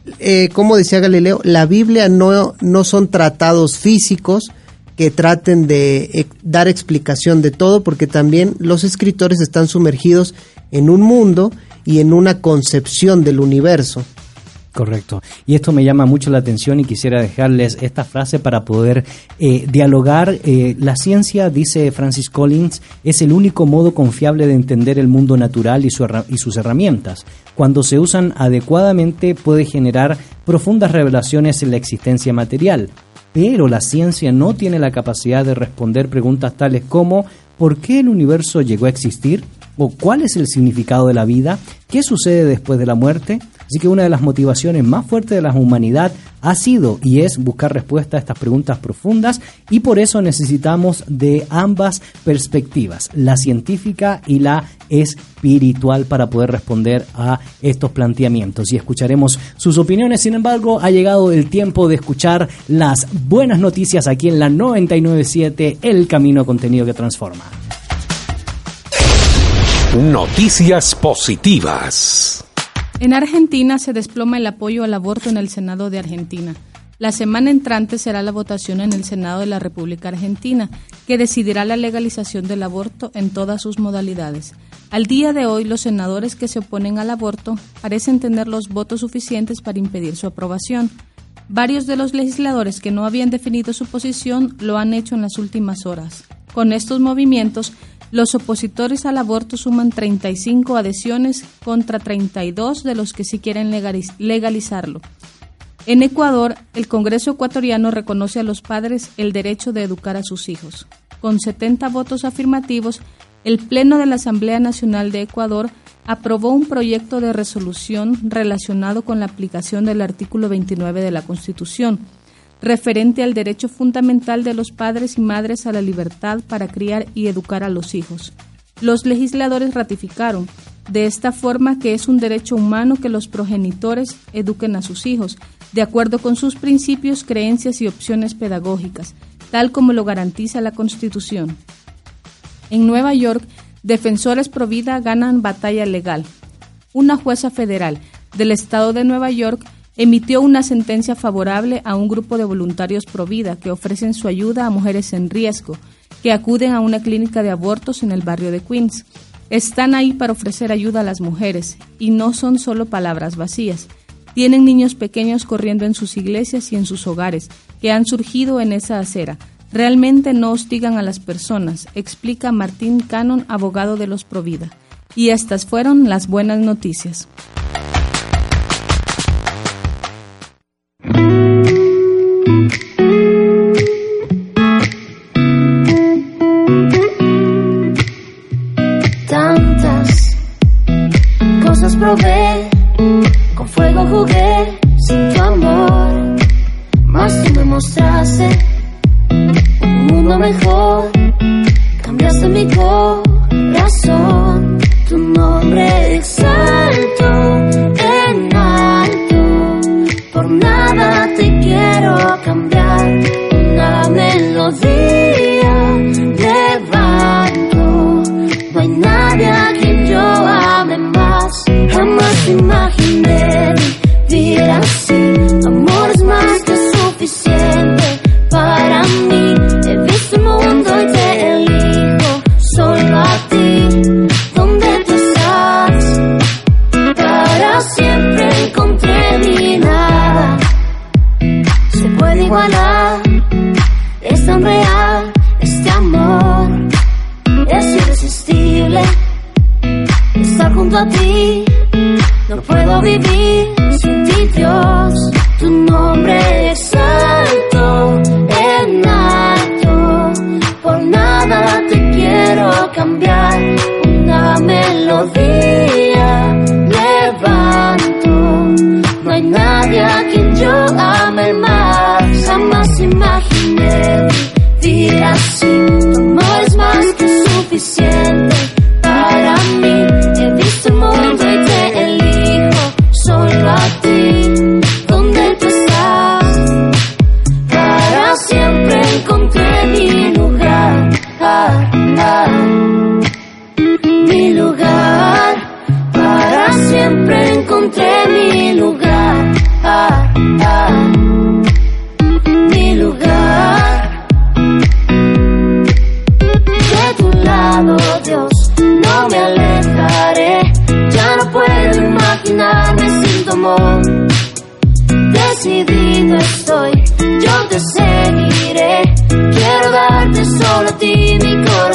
como decía Galileo, la Biblia no son tratados físicos que traten de dar explicación de todo, porque también los escritores están sumergidos en un mundo y en una concepción del universo. Correcto. Y esto me llama mucho la atención y quisiera dejarles esta frase para poder dialogar. La ciencia, dice Francis Collins, es el único modo confiable de entender el mundo natural y sus herramientas. Cuando se usan adecuadamente puede generar profundas revelaciones en la existencia material. Pero la ciencia no tiene la capacidad de responder preguntas tales como ¿por qué el universo llegó a existir? ¿O cuál es el significado de la vida? ¿Qué sucede después de la muerte? Así que una de las motivaciones más fuertes de la humanidad ha sido y es buscar respuesta a estas preguntas profundas, y por eso necesitamos de ambas perspectivas, la científica y la espiritual, para poder responder a estos planteamientos. Y escucharemos sus opiniones. Sin embargo, ha llegado el tiempo de escuchar las buenas noticias aquí en la 99.7, El Camino, contenido que transforma. Noticias positivas. En Argentina se desploma el apoyo al aborto en el Senado de Argentina. La semana entrante será la votación en el Senado de la República Argentina, que decidirá la legalización del aborto en todas sus modalidades. Al día de hoy, los senadores que se oponen al aborto parecen tener los votos suficientes para impedir su aprobación. Varios de los legisladores que no habían definido su posición lo han hecho en las últimas horas. Con estos movimientos, los opositores al aborto suman 35 adhesiones contra 32 de los que sí quieren legalizarlo. En Ecuador, el Congreso ecuatoriano reconoce a los padres el derecho de educar a sus hijos. Con 70 votos afirmativos, el Pleno de la Asamblea Nacional de Ecuador aprobó un proyecto de resolución relacionado con la aplicación del artículo 29 de la Constitución, referente al derecho fundamental de los padres y madres a la libertad para criar y educar a los hijos. Los legisladores ratificaron de esta forma que es un derecho humano que los progenitores eduquen a sus hijos, de acuerdo con sus principios, creencias y opciones pedagógicas, tal como lo garantiza la Constitución. En Nueva York, defensores pro vida ganan batalla legal. Una jueza federal del estado de Nueva York emitió una sentencia favorable a un grupo de voluntarios pro vida que ofrecen su ayuda a mujeres en riesgo, que acuden a una clínica de abortos en el barrio de Queens. Están ahí para ofrecer ayuda a las mujeres, y no son solo palabras vacías. Tienen niños pequeños corriendo en sus iglesias y en sus hogares, que han surgido en esa acera. Realmente no hostigan a las personas, explica Martín Cannon, abogado de los pro vida. Y estas fueron las buenas noticias. Tantas cosas probé, con fuego jugué, sin tu amor, más tú me mostraste un mundo mejor, cambiaste mi corazón, tu nombre exalto en alto, por nada te quiero cambiar, una melodía levanto, no hay nadie a quien yo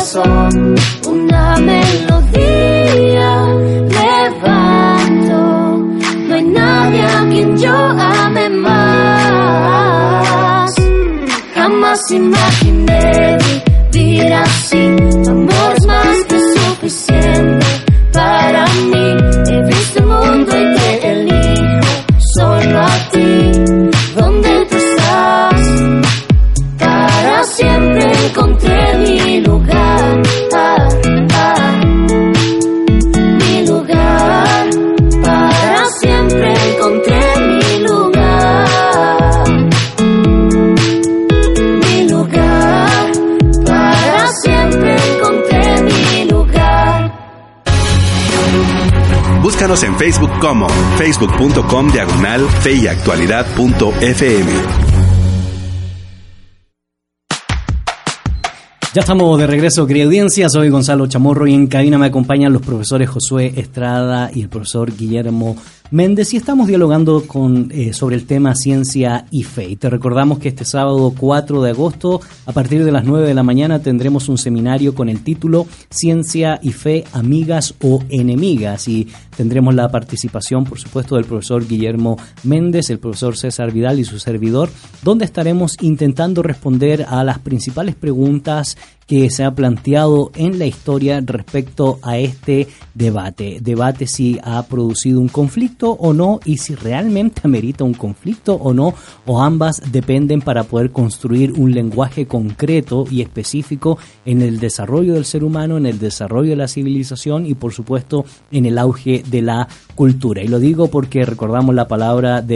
corazón una melodía levanto. No hay nadie a quien yo ame más. Jamás imaginé vivir así. Tu amor es más que suficiente para mí. He visto el mundo y te elijo solo a ti. Donde tú estás, para siempre encontré mi lugar. Mi lugar, para siempre encontré mi lugar. Mi lugar, para siempre encontré mi lugar. Búscanos en Facebook como facebook.com/feyactualidad.fm. Ya estamos de regreso, querida audiencia. Soy Gonzalo Chamorro y en cabina me acompañan los profesores Josué Estrada y el profesor Guillermo Méndez y estamos dialogando sobre el tema ciencia y fe. Y te recordamos que este sábado 4 de agosto, a partir de las 9 de la mañana, tendremos un seminario con el título Ciencia y Fe, Amigas o Enemigas. Y tendremos la participación, por supuesto, del profesor Guillermo Méndez, el profesor César Vidal y su servidor, donde estaremos intentando responder a las principales preguntas que se ha planteado en la historia respecto a este debate. Debate si ha producido un conflicto o no y si realmente amerita un conflicto o no, o ambas dependen para poder construir un lenguaje concreto y específico en el desarrollo del ser humano, en el desarrollo de la civilización y por supuesto en el auge de la cultura. Y lo digo porque recordamos las palabras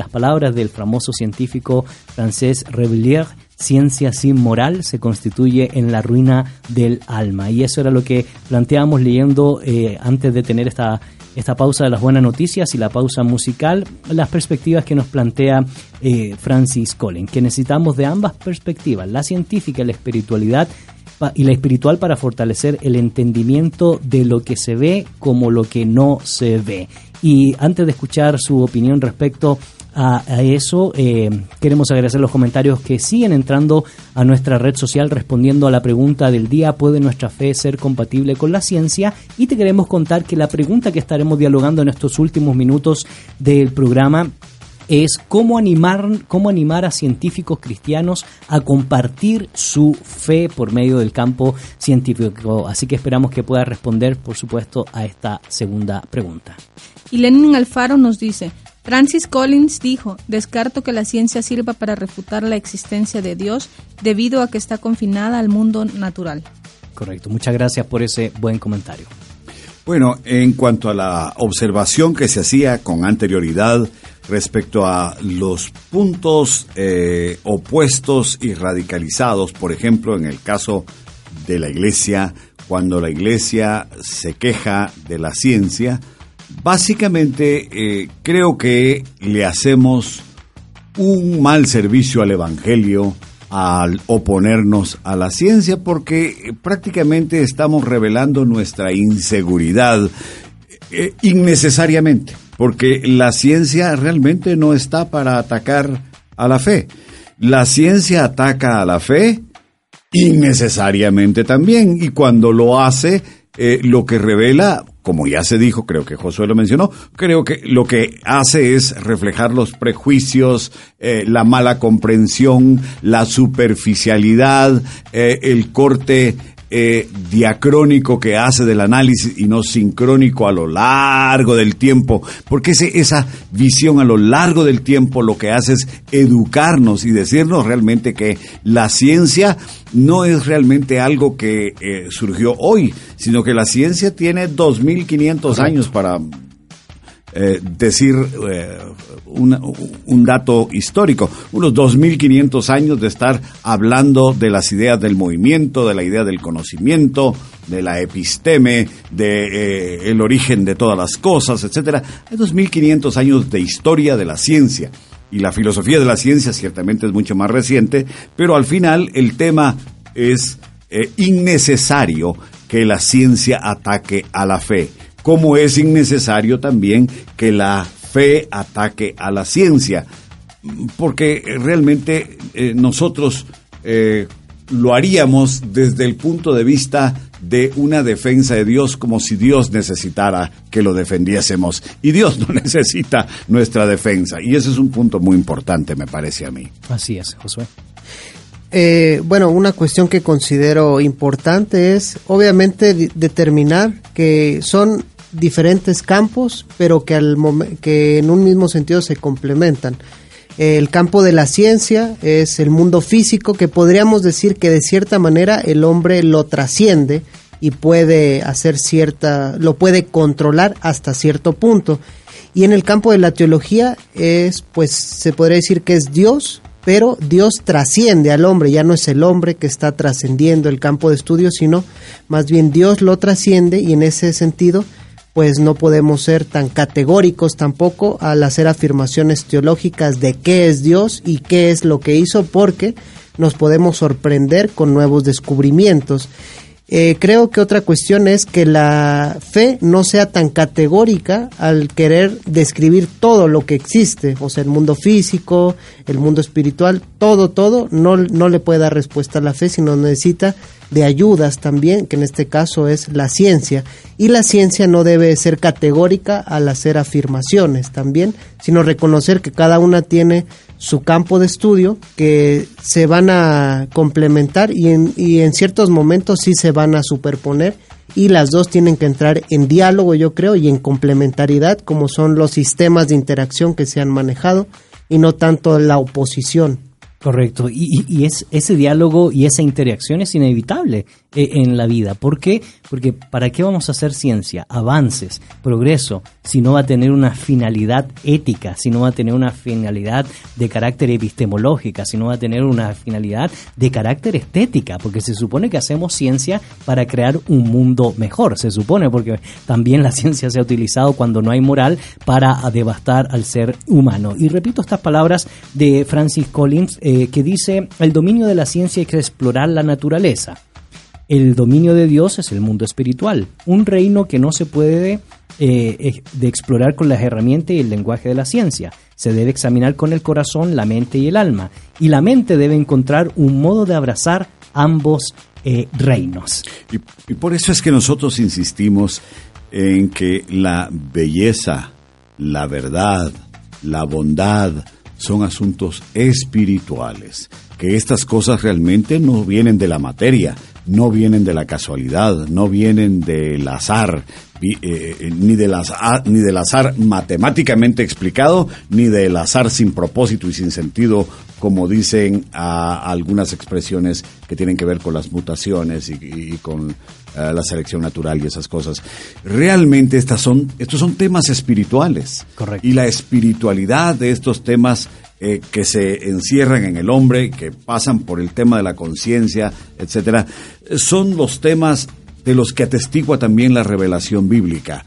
del famoso científico francés Revillière: ciencia sin moral se constituye en la ruina del alma. Y eso era lo que planteábamos leyendo antes de tener esta pausa de las buenas noticias y la pausa musical, las perspectivas que nos plantea Francis Collins, que necesitamos de ambas perspectivas, la científica y la espiritualidad, y la espiritual para fortalecer el entendimiento de lo que se ve como lo que no se ve. Y antes de escuchar su opinión respecto a eso, queremos agradecer los comentarios que siguen entrando a nuestra red social respondiendo a la pregunta del día: ¿puede nuestra fe ser compatible con la ciencia? Y te queremos contar que la pregunta que estaremos dialogando en estos últimos minutos del programa es cómo animar a científicos cristianos a compartir su fe por medio del campo científico. Así que esperamos que pueda responder, por supuesto, a esta segunda pregunta. Y Lenin Alfaro nos dice: Francis Collins dijo: descarto que la ciencia sirva para refutar la existencia de Dios debido a que está confinada al mundo natural. Correcto, muchas gracias por ese buen comentario. Bueno, en cuanto a la observación que se hacía con anterioridad respecto a los puntos opuestos y radicalizados, por ejemplo, en el caso de la Iglesia, cuando la Iglesia se queja de la ciencia, básicamente creo que le hacemos un mal servicio al Evangelio al oponernos a la ciencia, porque prácticamente estamos revelando nuestra inseguridad innecesariamente, porque la ciencia realmente no está para atacar a la fe. La ciencia ataca a la fe innecesariamente también, y cuando lo hace, lo que revela, como ya se dijo, creo que Josué lo mencionó, creo que lo que hace es reflejar los prejuicios, la mala comprensión, la superficialidad, el corte diacrónico que hace del análisis y no sincrónico a lo largo del tiempo, porque esa visión a lo largo del tiempo lo que hace es educarnos y decirnos realmente que la ciencia no es realmente algo que surgió hoy, sino que la ciencia tiene 2500 años para decir un dato histórico, unos 2500 años de estar hablando de las ideas del movimiento, de la idea del conocimiento, de la episteme, de el origen de todas las cosas, etcétera. Hay 2500 años de historia de la ciencia, y la filosofía de la ciencia ciertamente es mucho más reciente, pero al final el tema es innecesario que la ciencia ataque a la fe, como es innecesario también que la fe ataque a la ciencia, porque realmente nosotros lo haríamos desde el punto de vista de una defensa de Dios, como si Dios necesitara que lo defendiésemos. Y Dios no necesita nuestra defensa. Y ese es un punto muy importante, me parece a mí. Así es, Josué. Bueno, una cuestión que considero importante es, obviamente, determinar que son diferentes campos, pero que en un mismo sentido se complementan. El campo de la ciencia es el mundo físico, que podríamos decir que de cierta manera el hombre lo trasciende y puede lo puede controlar hasta cierto punto. Y en el campo de la teología pues se podría decir que es Dios, pero Dios trasciende al hombre, ya no es el hombre que está trascendiendo el campo de estudio, sino más bien Dios lo trasciende, y en ese sentido pues no podemos ser tan categóricos tampoco al hacer afirmaciones teológicas de qué es Dios y qué es lo que hizo, porque nos podemos sorprender con nuevos descubrimientos. Creo que otra cuestión es que la fe no sea tan categórica al querer describir todo lo que existe, o sea, el mundo físico, el mundo espiritual, todo, no le puede dar respuesta a la fe, sino necesita de ayudas también, que en este caso es la ciencia, y la ciencia no debe ser categórica al hacer afirmaciones también, sino reconocer que cada una tiene su campo de estudio, que se van a complementar y en ciertos momentos sí se van a superponer, y las dos tienen que entrar en diálogo, yo creo, y en complementariedad, como son los sistemas de interacción que se han manejado, y no tanto la oposición. Correcto, y ese diálogo y esa interacción es inevitable en la vida. ¿Por qué? Porque ¿para qué vamos a hacer ciencia, avances, progreso, si no va a tener una finalidad ética, si no va a tener una finalidad de carácter epistemológica, si no va a tener una finalidad de carácter estética? Porque se supone que hacemos ciencia para crear un mundo mejor, se supone, porque también la ciencia se ha utilizado cuando no hay moral para devastar al ser humano. Y repito estas palabras de Francis Collins, que dice: el dominio de la ciencia es explorar la naturaleza. El dominio de Dios es el mundo espiritual, un reino que no se puede de explorar con las herramientas y el lenguaje de la ciencia. Se debe examinar con el corazón, la mente y el alma. Y la mente debe encontrar un modo de abrazar ambos reinos. Y por eso es que nosotros insistimos en que la belleza, la verdad, la bondad son asuntos espirituales, que estas cosas realmente no vienen de la materia, no vienen de la casualidad, no vienen del azar, ni del azar matemáticamente explicado, ni del azar sin propósito y sin sentido, como dicen algunas expresiones que tienen que ver con las mutaciones y con la selección natural y esas cosas. Realmente estos son temas espirituales. Correcto. Y la espiritualidad de estos temas que se encierran en el hombre, que pasan por el tema de la conciencia, etcétera, son los temas de los que atestigua también la revelación bíblica.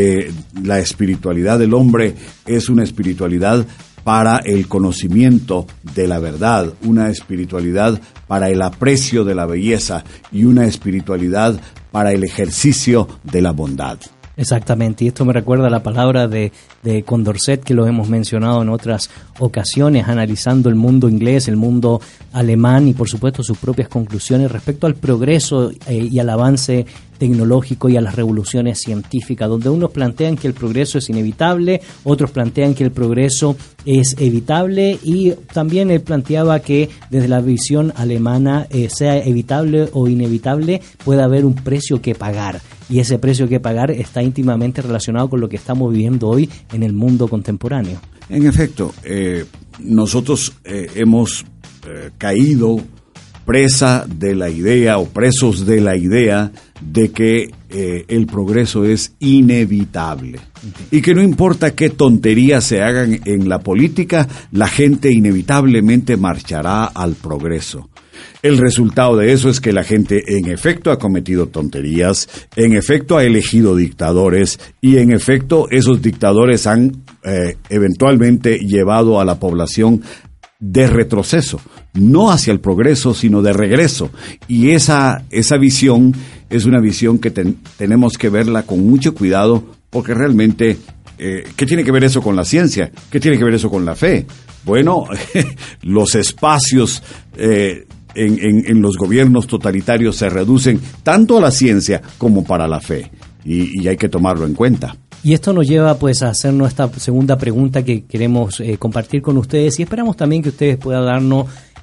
La espiritualidad del hombre es una espiritualidad para el conocimiento de la verdad, una espiritualidad para el aprecio de la belleza y una espiritualidad para el ejercicio de la bondad. Exactamente, y esto me recuerda a la palabra de Condorcet, que lo hemos mencionado en otras ocasiones, analizando el mundo inglés, el mundo alemán y por supuesto sus propias conclusiones respecto al progreso y al avance tecnológico y a las revoluciones científicas, donde unos plantean que el progreso es inevitable, otros plantean que el progreso es evitable, y también él planteaba que desde la visión alemana, sea evitable o inevitable, puede haber un precio que pagar. Y ese precio que pagar está íntimamente relacionado con lo que estamos viviendo hoy en el mundo contemporáneo. En efecto, nosotros hemos caído presa de la idea o presos de la idea de que el progreso es inevitable y que no importa qué tonterías se hagan en la política, la gente inevitablemente marchará al progreso. El resultado de eso es que la gente en efecto ha cometido tonterías, en efecto ha elegido dictadores y en efecto esos dictadores han eventualmente llevado a la población de retroceso, no hacia el progreso, sino de regreso. Y esa visión es una visión que tenemos que verla con mucho cuidado, porque realmente, ¿qué tiene que ver eso con la ciencia? ¿Qué tiene que ver eso con la fe? Bueno, los espacios en los gobiernos totalitarios se reducen tanto a la ciencia como para la fe, y hay que tomarlo en cuenta. Y esto nos lleva pues a hacer nuestra segunda pregunta que queremos compartir con ustedes, y esperamos también que ustedes puedan darnos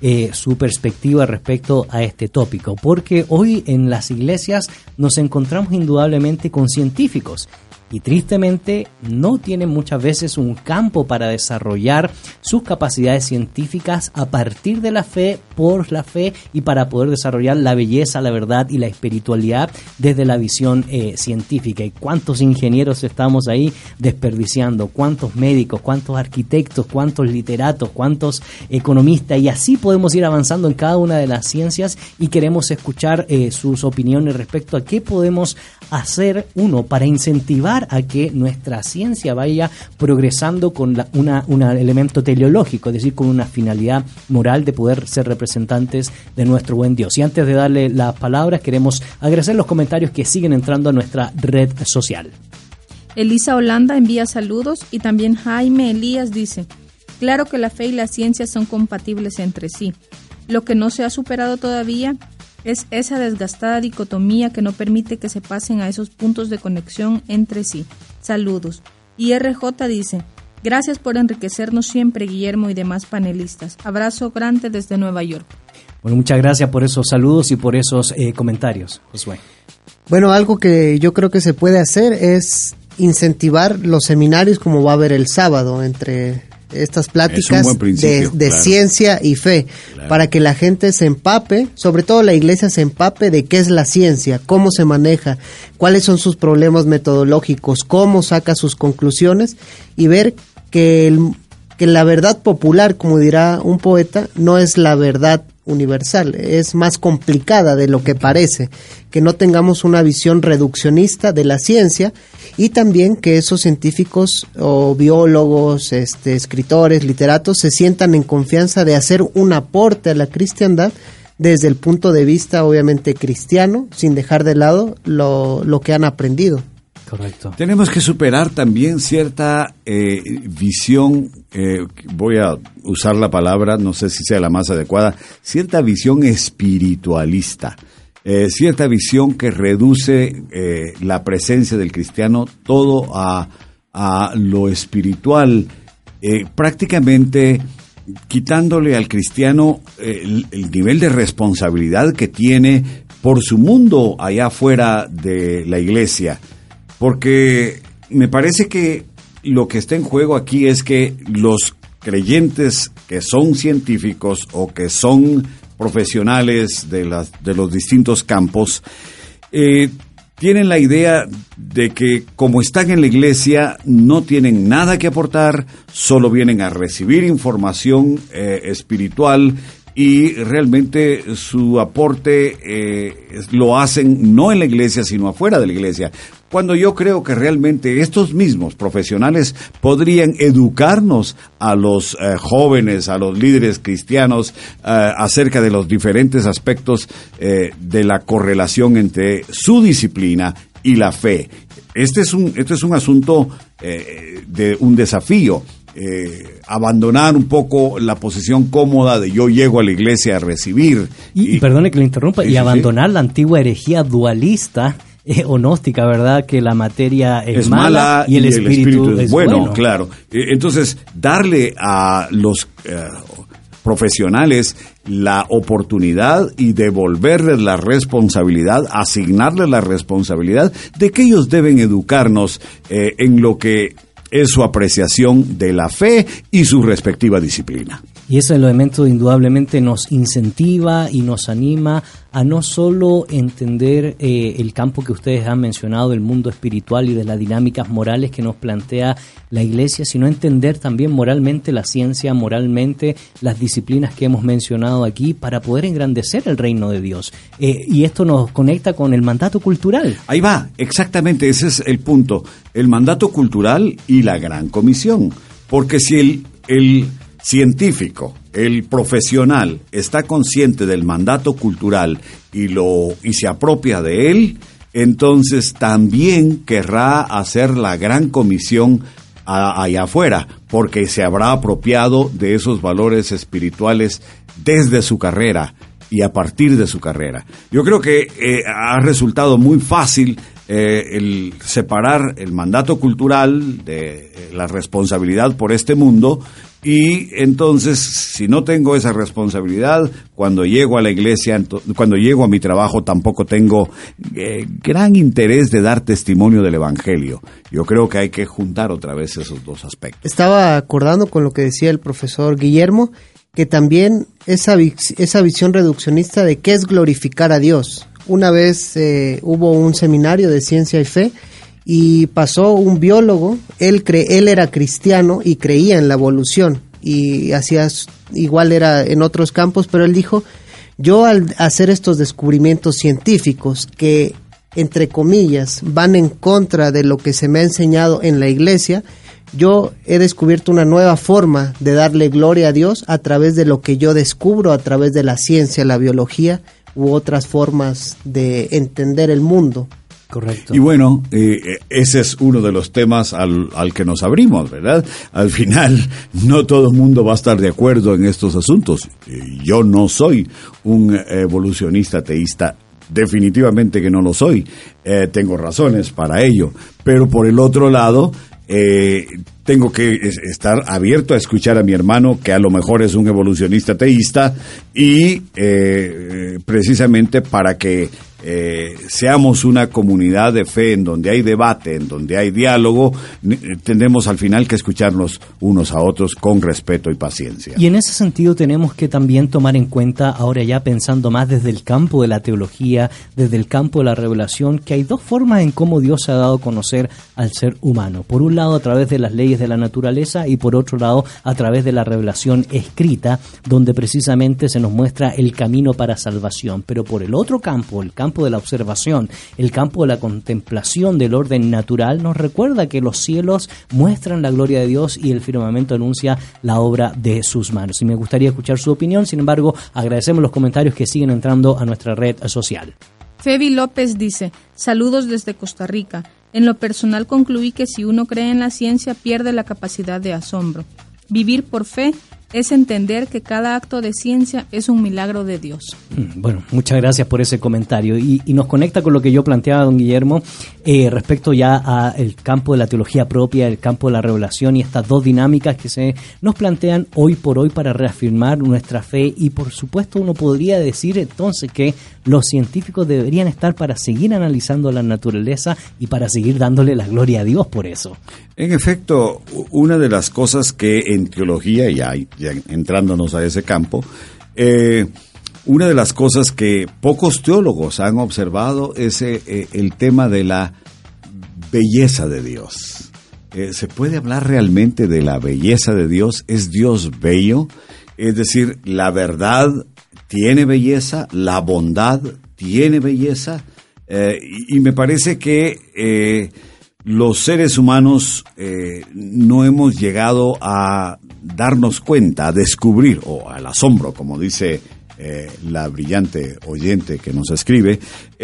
su perspectiva respecto a este tópico, porque hoy en las iglesias nos encontramos indudablemente con científicos y tristemente no tienen muchas veces un campo para desarrollar sus capacidades científicas a partir de la fe, por la fe, y para poder desarrollar la belleza, la verdad y la espiritualidad desde la visión científica. Y cuántos ingenieros estamos ahí desperdiciando, cuántos médicos, cuántos arquitectos, cuántos literatos, cuántos economistas, y así podemos ir avanzando en cada una de las ciencias, y queremos escuchar sus opiniones respecto a qué podemos hacer, uno, para incentivar a que nuestra ciencia vaya progresando con un elemento teleológico, es decir, con una finalidad moral de poder ser representantes de nuestro buen Dios. Y antes de darle las palabras, queremos agradecer los comentarios que siguen entrando a nuestra red social. Elisa Holanda envía saludos, y también Jaime Elías dice: claro que la fe y la ciencia son compatibles entre sí. Lo que no se ha superado todavía es esa desgastada dicotomía que no permite que se pasen a esos puntos de conexión entre sí. Saludos. Y RJ dice: gracias por enriquecernos siempre, Guillermo y demás panelistas. Abrazo grande desde Nueva York. Bueno, muchas gracias por esos saludos y por esos comentarios, Josué. Bueno, algo que yo creo que se puede hacer es incentivar los seminarios como va a haber el sábado entre estas pláticas de claro, ciencia y fe, claro, para que la gente se empape, sobre todo la iglesia se empape de qué es la ciencia, cómo se maneja, cuáles son sus problemas metodológicos, cómo saca sus conclusiones, y ver que la verdad popular, como dirá un poeta, no es la verdad universal, es más complicada de lo que parece, que no tengamos una visión reduccionista de la ciencia, y también que esos científicos o biólogos, escritores, literatos se sientan en confianza de hacer un aporte a la cristiandad desde el punto de vista obviamente cristiano, sin dejar de lado lo que han aprendido. Correcto. Tenemos que superar también cierta visión, voy a usar la palabra, no sé si sea la más adecuada, cierta visión espiritualista, cierta visión que reduce la presencia del cristiano todo a lo espiritual, prácticamente quitándole al cristiano el nivel de responsabilidad que tiene por su mundo allá afuera de la iglesia. Porque me parece que lo que está en juego aquí es que los creyentes que son científicos o que son profesionales de los distintos campos tienen la idea de que como están en la iglesia no tienen nada que aportar, solo vienen a recibir información espiritual, y realmente su aporte lo hacen no en la iglesia sino afuera de la iglesia, cuando yo creo que realmente estos mismos profesionales podrían educarnos a los jóvenes, a los líderes cristianos acerca de los diferentes aspectos de la correlación entre su disciplina y la fe. Este es un asunto de un desafío. Abandonar un poco la posición cómoda de yo llego a la iglesia a recibir. Y perdone que lo interrumpa, y abandonar la antigua herejía dualista o gnóstica, ¿verdad? Que la materia es mala y el espíritu es bueno. Claro. Entonces, darle a los profesionales la oportunidad y devolverles la responsabilidad, asignarles la responsabilidad de que ellos deben educarnos en lo que es su apreciación de la fe y su respectiva disciplina. Y ese elemento indudablemente nos incentiva y nos anima a no solo entender el campo que ustedes han mencionado, el mundo espiritual y de las dinámicas morales que nos plantea la Iglesia, sino entender también moralmente la ciencia, moralmente las disciplinas que hemos mencionado aquí para poder engrandecer el reino de Dios. Y esto nos conecta con el mandato cultural. Ahí va, exactamente, ese es el punto. El mandato cultural y la gran comisión. Porque si el científico, el profesional, está consciente del mandato cultural y se apropia de él, entonces también querrá hacer la gran comisión allá afuera, porque se habrá apropiado de esos valores espirituales desde su carrera. y a partir de su carrera. Yo creo que ha resultado muy fácil el separar el mandato cultural de la responsabilidad por este mundo, y entonces, si no tengo esa responsabilidad, cuando llego a la iglesia, cuando llego a mi trabajo, tampoco tengo gran interés de dar testimonio del Evangelio. Yo creo que hay que juntar otra vez esos dos aspectos. Estaba acordando con lo que decía el profesor Guillermo, que también esa visión reduccionista de qué es glorificar a Dios. Una vez hubo un seminario de ciencia y fe, y pasó un biólogo. Él era cristiano y creía en la evolución, y hacía igual, era en otros campos, pero él dijo: yo al hacer estos descubrimientos científicos que, entre comillas, van en contra de lo que se me ha enseñado en la iglesia, yo he descubierto una nueva forma de darle gloria a Dios a través de lo que yo descubro a través de la ciencia, la biología u otras formas de entender el mundo. Correcto. Y bueno, ese es uno de los temas al que nos abrimos, ¿verdad? Al final, no todo el mundo va a estar de acuerdo en estos asuntos. Yo no soy un evolucionista teísta, definitivamente que no lo soy. Tengo razones para ello. Pero por el otro lado, tengo que estar abierto a escuchar a mi hermano, que a lo mejor es un evolucionista teísta, y precisamente para que seamos una comunidad de fe en donde hay debate, en donde hay diálogo, tendremos al final que escucharnos unos a otros con respeto y paciencia. Y en ese sentido tenemos que también tomar en cuenta, ahora ya pensando más desde el campo de la teología, desde el campo de la revelación, que hay dos formas en cómo Dios se ha dado a conocer al ser humano. Por un lado, a través de las leyes de la naturaleza, y por otro lado, a través de la revelación escrita, donde precisamente se nos muestra el camino para salvación. Pero por el otro campo, el campo de la observación, el campo de la contemplación del orden natural, nos recuerda que los cielos muestran la gloria de Dios y el firmamento anuncia la obra de sus manos. Y me gustaría escuchar su opinión. Sin embargo, agradecemos los comentarios que siguen entrando a nuestra red social. Febi López dice: saludos desde Costa Rica. En lo personal concluí que si uno cree en la ciencia pierde la capacidad de asombro. Vivir por fe es entender que cada acto de ciencia es un milagro de Dios. Bueno, muchas gracias por ese comentario, y nos conecta con lo que yo planteaba, don Guillermo, respecto ya al campo de la teología propia, el campo de la revelación, y estas dos dinámicas que se nos plantean hoy por hoy para reafirmar nuestra fe. Y por supuesto uno podría decir entonces que los científicos deberían estar para seguir analizando la naturaleza y para seguir dándole la gloria a Dios por eso. En efecto, una de las cosas que en teología, ya entrándonos a ese campo, una de las cosas que pocos teólogos han observado es el tema de la belleza de Dios. ¿Se puede hablar realmente de la belleza de Dios? ¿Es Dios bello? Es decir, la verdad tiene belleza, la bondad tiene belleza, y me parece que los seres humanos no hemos llegado a darnos cuenta, a descubrir, o al asombro, como dice la brillante oyente que nos escribe,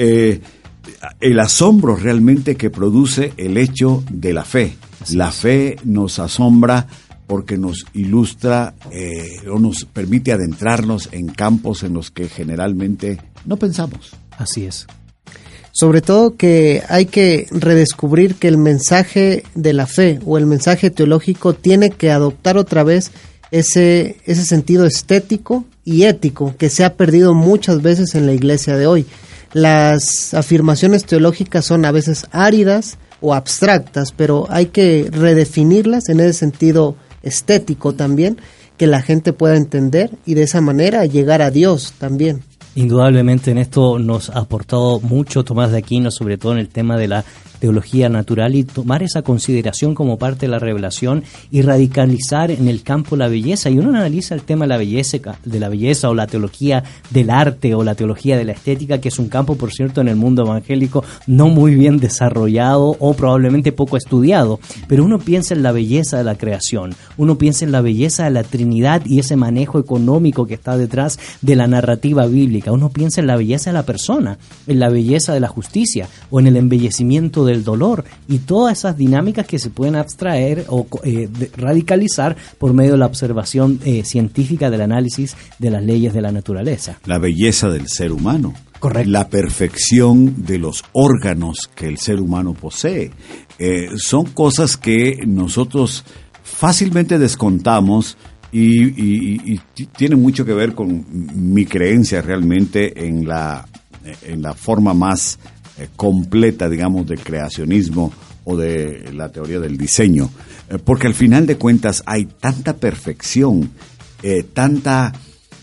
el asombro realmente que produce el hecho de la fe. La fe nos asombra porque nos ilustra o nos permite adentrarnos en campos en los que generalmente no pensamos. Así es. Sobre todo que hay que redescubrir que el mensaje de la fe o el mensaje teológico tiene que adoptar otra vez ese sentido estético y ético que se ha perdido muchas veces en la iglesia de hoy. Las afirmaciones teológicas son a veces áridas o abstractas, pero hay que redefinirlas en ese sentido estético también, que la gente pueda entender y de esa manera llegar a Dios también. Indudablemente en esto nos ha aportado mucho Tomás de Aquino, sobre todo en el tema de la teología natural, y tomar esa consideración como parte de la revelación y radicalizar en el campo la belleza. Y uno analiza el tema de la belleza o la teología del arte o la teología de la estética, que es un campo, por cierto, en el mundo evangélico no muy bien desarrollado o probablemente poco estudiado. Pero uno piensa en la belleza de la creación, uno piensa en la belleza de la Trinidad y ese manejo económico que está detrás de la narrativa bíblica. Uno piensa en la belleza de la persona, en la belleza de la justicia o en el embellecimiento de del dolor y todas esas dinámicas que se pueden abstraer o radicalizar por medio de la observación científica del análisis de las leyes de la naturaleza. La belleza del ser humano. Correcto. La perfección de los órganos que el ser humano posee. Son cosas que nosotros fácilmente descontamos y tiene mucho que ver con mi creencia realmente en la forma más completa, digamos, del creacionismo o de la teoría del diseño, porque al final de cuentas hay tanta perfección, tanta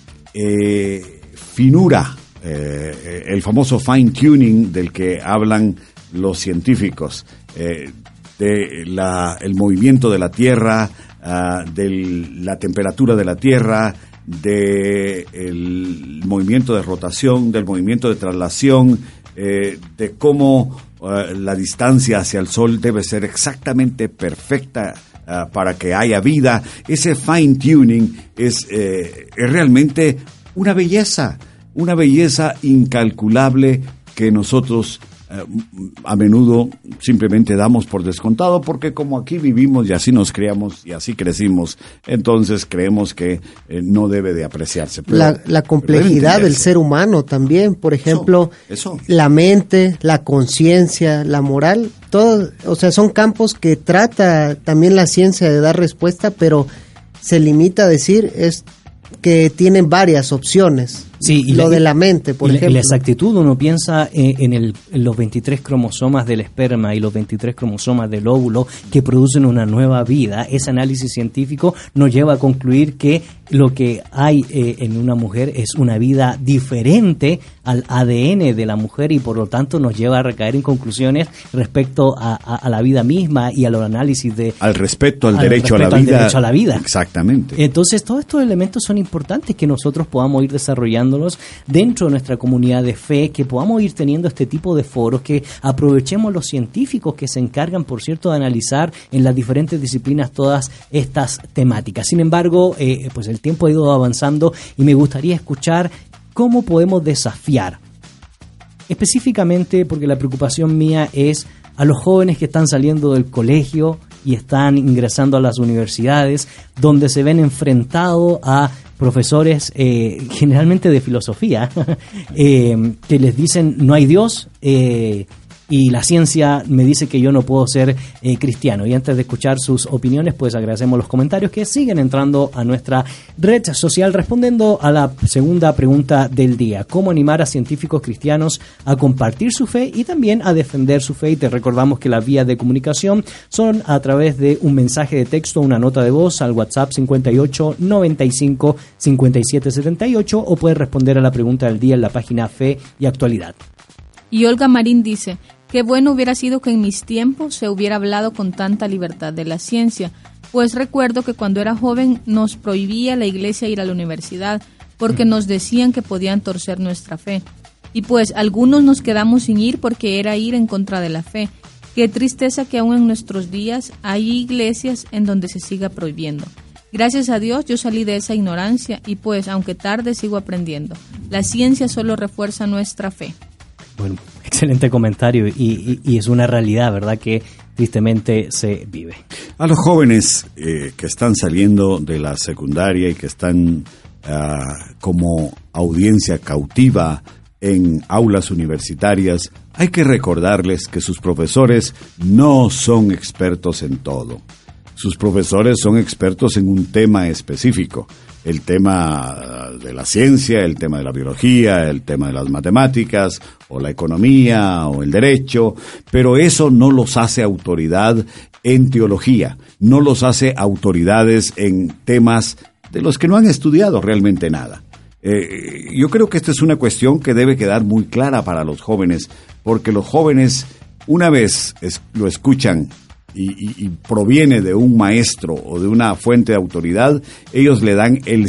finura, el famoso fine tuning del que hablan los científicos, el movimiento de la Tierra, de la temperatura de la Tierra, del movimiento de rotación, del movimiento de traslación, de cómo la distancia hacia el Sol debe ser exactamente perfecta para que haya vida. Ese fine tuning es realmente una belleza incalculable que nosotros a menudo simplemente damos por descontado, porque como aquí vivimos y así nos criamos y así crecimos, entonces creemos que no debe de apreciarse. Pero, la complejidad del ser humano también, por ejemplo, la mente, la conciencia, la moral, todo, o sea, son campos que trata también la ciencia de dar respuesta, pero se limita a decir es que tienen varias opciones. Sí, y de la mente, por ejemplo. La exactitud, uno piensa en los 23 cromosomas del esperma y los 23 cromosomas del óvulo que producen una nueva vida. Ese análisis científico nos lleva a concluir que lo que hay en una mujer es una vida diferente al ADN de la mujer y por lo tanto nos lleva a recaer en conclusiones respecto a la vida misma y al análisis de... Al respeto al derecho a la vida. Exactamente. Entonces todos estos elementos son importantes que nosotros podamos ir desarrollando dentro de nuestra comunidad de fe, que podamos ir teniendo este tipo de foros, que aprovechemos los científicos que se encargan, por cierto, de analizar en las diferentes disciplinas todas estas temáticas. Sin embargo, pues el tiempo ha ido avanzando y me gustaría escuchar cómo podemos desafiar, específicamente porque la preocupación mía es a los jóvenes que están saliendo del colegio y están ingresando a las universidades, donde se ven enfrentados a profesores generalmente de filosofía que les dicen no hay Dios y la ciencia me dice que yo no puedo ser cristiano. Y antes de escuchar sus opiniones, pues agradecemos los comentarios que siguen entrando a nuestra red social, respondiendo a la segunda pregunta del día: ¿cómo animar a científicos cristianos a compartir su fe y también a defender su fe? Y te recordamos que las vías de comunicación son a través de un mensaje de texto, una nota de voz al WhatsApp 58 95 57 78, o puedes responder a la pregunta del día en la página Fe y Actualidad. Y Olga Marín dice: qué bueno hubiera sido que en mis tiempos se hubiera hablado con tanta libertad de la ciencia, pues recuerdo que cuando era joven nos prohibía la iglesia ir a la universidad porque nos decían que podían torcer nuestra fe. Y pues algunos nos quedamos sin ir porque era ir en contra de la fe. Qué tristeza que aún en nuestros días hay iglesias en donde se siga prohibiendo. Gracias a Dios yo salí de esa ignorancia y pues aunque tarde sigo aprendiendo. La ciencia solo refuerza nuestra fe. Bueno, excelente comentario y es una realidad, ¿verdad?, que tristemente se vive. A los jóvenes que están saliendo de la secundaria y que están como audiencia cautiva en aulas universitarias, hay que recordarles que sus profesores no son expertos en todo. Sus profesores son expertos en un tema específico. El tema de la ciencia, el tema de la biología, el tema de las matemáticas, o la economía, o el derecho, pero eso no los hace autoridad en teología, no los hace autoridades en temas de los que no han estudiado realmente nada. Yo creo que esta es una cuestión que debe quedar muy clara para los jóvenes, porque los jóvenes, una vez lo escuchan y proviene de un maestro o de una fuente de autoridad, ellos le dan el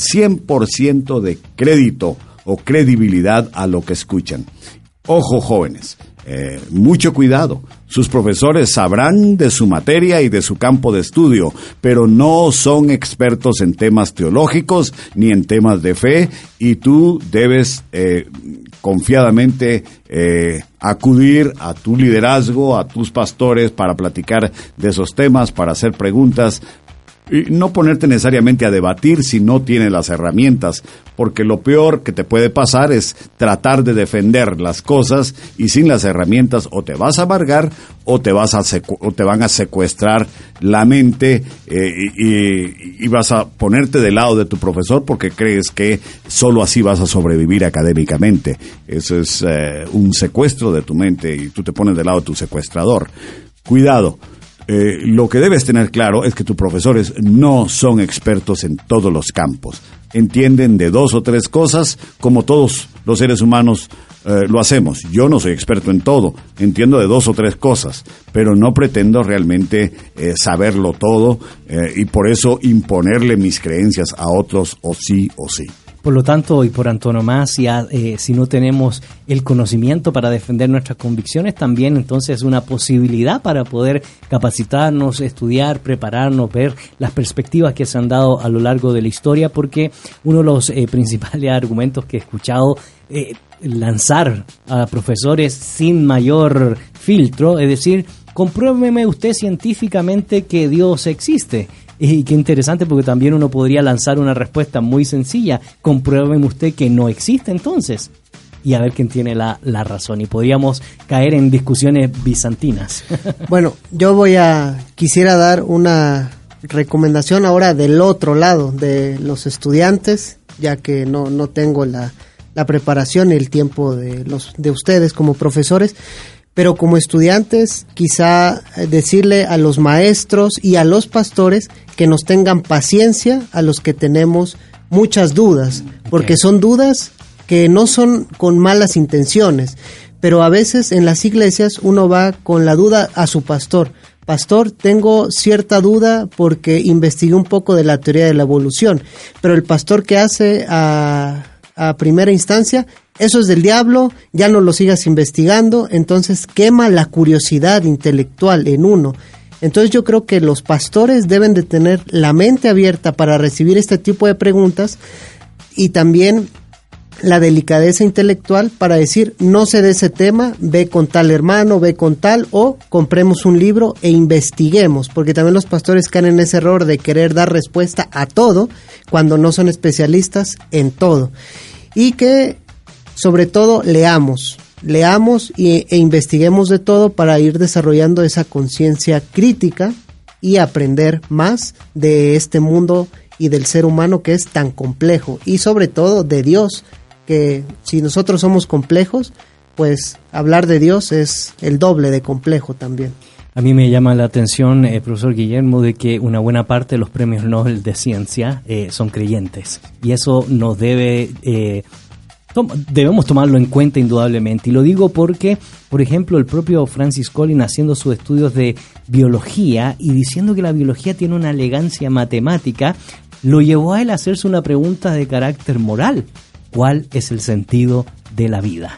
100% de crédito o credibilidad a lo que escuchan. Ojo, jóvenes, mucho cuidado. Sus profesores sabrán de su materia y de su campo de estudio, pero no son expertos en temas teológicos ni en temas de fe, y tú debes confiadamente acudir a tu liderazgo, a tus pastores, para platicar de esos temas, para hacer preguntas. Y no ponerte necesariamente a debatir si no tienes las herramientas, porque lo peor que te puede pasar es tratar de defender las cosas y sin las herramientas o te vas a amargar o te van a secuestrar la mente y vas a ponerte del lado de tu profesor porque crees que solo así vas a sobrevivir académicamente. Eso es un secuestro de tu mente y tú te pones del lado de tu secuestrador. Cuidado. Lo que debes tener claro es que tus profesores no son expertos en todos los campos. Entienden de 2 o 3 cosas, como todos los seres humanos lo hacemos. Yo no soy experto en todo, entiendo de 2 o 3 cosas, pero no pretendo realmente saberlo todo y por eso imponerle mis creencias a otros o sí o sí. Por lo tanto, y por antonomasia, si no tenemos el conocimiento para defender nuestras convicciones, también entonces es una posibilidad para poder capacitarnos, estudiar, prepararnos, ver las perspectivas que se han dado a lo largo de la historia, porque uno de los principales argumentos que he escuchado lanzar a profesores sin mayor filtro, es decir, compruébeme usted científicamente que Dios existe. Y qué interesante, porque también uno podría lanzar una respuesta muy sencilla: compruébeme usted que no existe entonces, y a ver quién tiene la razón, y podríamos caer en discusiones bizantinas. Bueno, yo quisiera dar una recomendación ahora del otro lado, de los estudiantes, ya que no tengo la preparación y el tiempo de ustedes como profesores. Pero como estudiantes, quizá decirle a los maestros y a los pastores que nos tengan paciencia a los que tenemos muchas dudas, porque son dudas que no son con malas intenciones, pero a veces en las iglesias uno va con la duda a su pastor. Pastor, tengo cierta duda porque investigué un poco de la teoría de la evolución, pero el pastor que hace a primera instancia: eso es del diablo, ya no lo sigas investigando. Entonces quema la curiosidad intelectual en uno. Entonces yo creo que los pastores deben de tener la mente abierta para recibir este tipo de preguntas, y también la delicadeza intelectual para decir: no sé de ese tema, ve con tal hermano, ve con tal, o compremos un libro e investiguemos, porque también los pastores caen en ese error de querer dar respuesta a todo cuando no son especialistas en todo. Y que sobre todo leamos e investiguemos de todo para ir desarrollando esa conciencia crítica y aprender más de este mundo y del ser humano, que es tan complejo, y sobre todo de Dios, que si nosotros somos complejos, pues hablar de Dios es el doble de complejo también. A mí me llama la atención, profesor Guillermo, de que una buena parte de los premios Nobel de ciencia son creyentes, y eso nos debemos tomarlo en cuenta indudablemente. Y lo digo porque, por ejemplo, el propio Francis Collins, haciendo sus estudios de biología y diciendo que la biología tiene una elegancia matemática, lo llevó a él a hacerse una pregunta de carácter moral: ¿cuál es el sentido de la vida?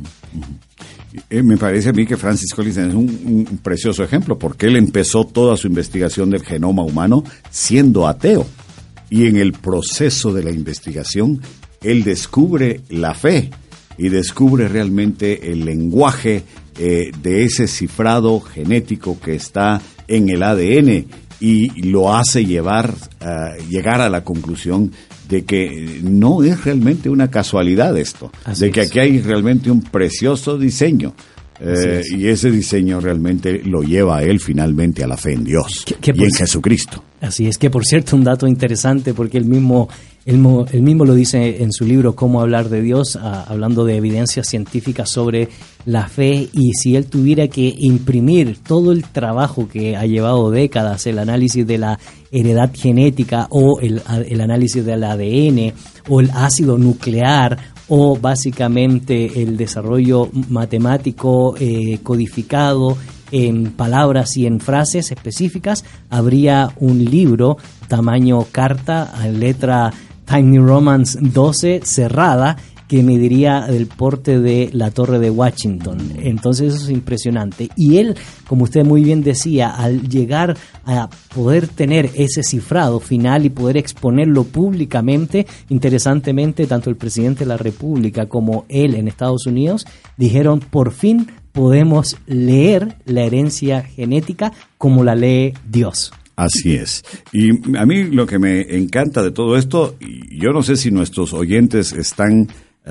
Me parece a mí que Francis Collins es un precioso ejemplo, porque él empezó toda su investigación del genoma humano siendo ateo, y en el proceso de la investigación él descubre la fe y descubre realmente el lenguaje de ese cifrado genético que está en el ADN, y lo hace llegar a la conclusión de que no es realmente una casualidad esto, de que aquí hay realmente un precioso diseño. Y ese diseño realmente lo lleva a él finalmente a la fe en Dios y en Jesucristo. Así es, que por cierto, un dato interesante, porque él mismo lo dice en su libro Cómo hablar de Dios, hablando de evidencias científicas sobre la fe, y si él tuviera que imprimir todo el trabajo que ha llevado décadas, el análisis de la heredad genética, o el análisis del ADN, o el ácido nuclear, o básicamente el desarrollo matemático codificado en palabras y en frases específicas, habría un libro tamaño carta, letra Tiny Romans 12 cerrada, que mediría el porte de la Torre de Washington. Entonces eso es impresionante. Y él, como usted muy bien decía, al llegar a poder tener ese cifrado final y poder exponerlo públicamente, interesantemente, tanto el presidente de la República como él en Estados Unidos dijeron: por fin podemos leer la herencia genética como la lee Dios. Así es. Y a mí lo que me encanta de todo esto, y yo no sé si nuestros oyentes están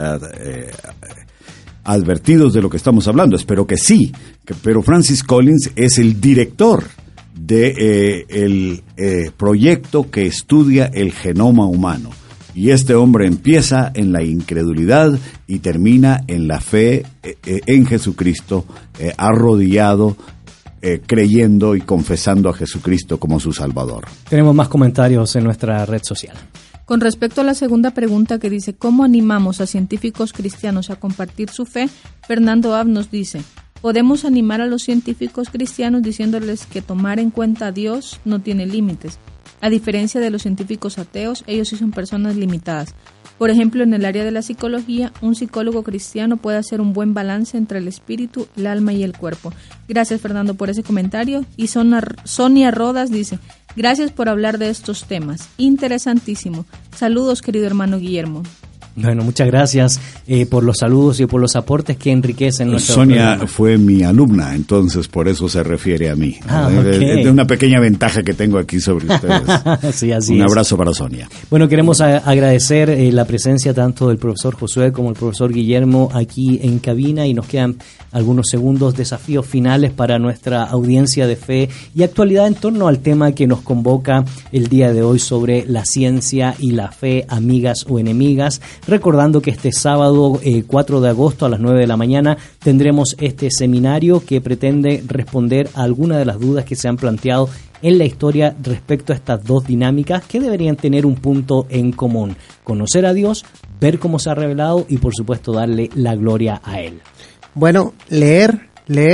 advertidos de lo que estamos hablando, espero que sí, pero Francis Collins es el director de el proyecto que estudia el genoma humano. Y este hombre empieza en la incredulidad y termina en la fe en Jesucristo, arrodillado, creyendo y confesando a Jesucristo como su Salvador. Tenemos más comentarios en nuestra red social. Con respecto a la segunda pregunta que dice ¿cómo animamos a científicos cristianos a compartir su fe? Fernando Ab nos dice: podemos animar a los científicos cristianos diciéndoles que tomar en cuenta a Dios no tiene límites. A diferencia de los científicos ateos, ellos sí son personas limitadas. Por ejemplo, en el área de la psicología, un psicólogo cristiano puede hacer un buen balance entre el espíritu, el alma y el cuerpo. Gracias, Fernando, por ese comentario. Y Sonia Rodas dice: gracias por hablar de estos temas. Interesantísimo. Saludos, querido hermano Guillermo. Bueno, muchas gracias por los saludos y por los aportes que enriquecen nuestro Sonia programa. fue mi alumna, entonces por eso se refiere a mí. Okay. Es una pequeña ventaja que tengo aquí sobre ustedes. Sí, así Un es. abrazo para Sonia. Bueno, queremos agradecer la presencia tanto del profesor Josué como el profesor Guillermo aquí en cabina, y nos quedan algunos segundos, desafíos finales para nuestra audiencia de fe y actualidad en torno al tema que nos convoca el día de hoy sobre la ciencia y la fe, amigas o enemigas. Recordando que este sábado 4 de agosto a las 9 de la mañana tendremos este seminario que pretende responder a algunas de las dudas que se han planteado en la historia respecto a estas dos dinámicas que deberían tener un punto en común: conocer a Dios, ver cómo se ha revelado y por supuesto darle la gloria a Él. Bueno, leer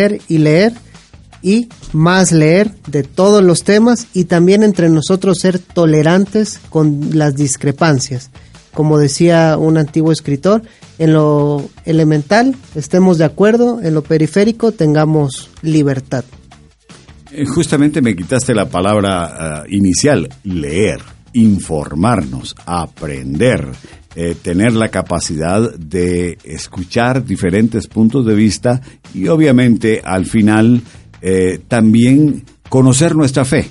y más leer de todos los temas, y también entre nosotros ser tolerantes con las discrepancias. Como decía un antiguo escritor, en lo elemental estemos de acuerdo, en lo periférico tengamos libertad. Justamente me quitaste la palabra inicial: leer, informarnos, aprender, tener la capacidad de escuchar diferentes puntos de vista y obviamente al final también conocer nuestra fe.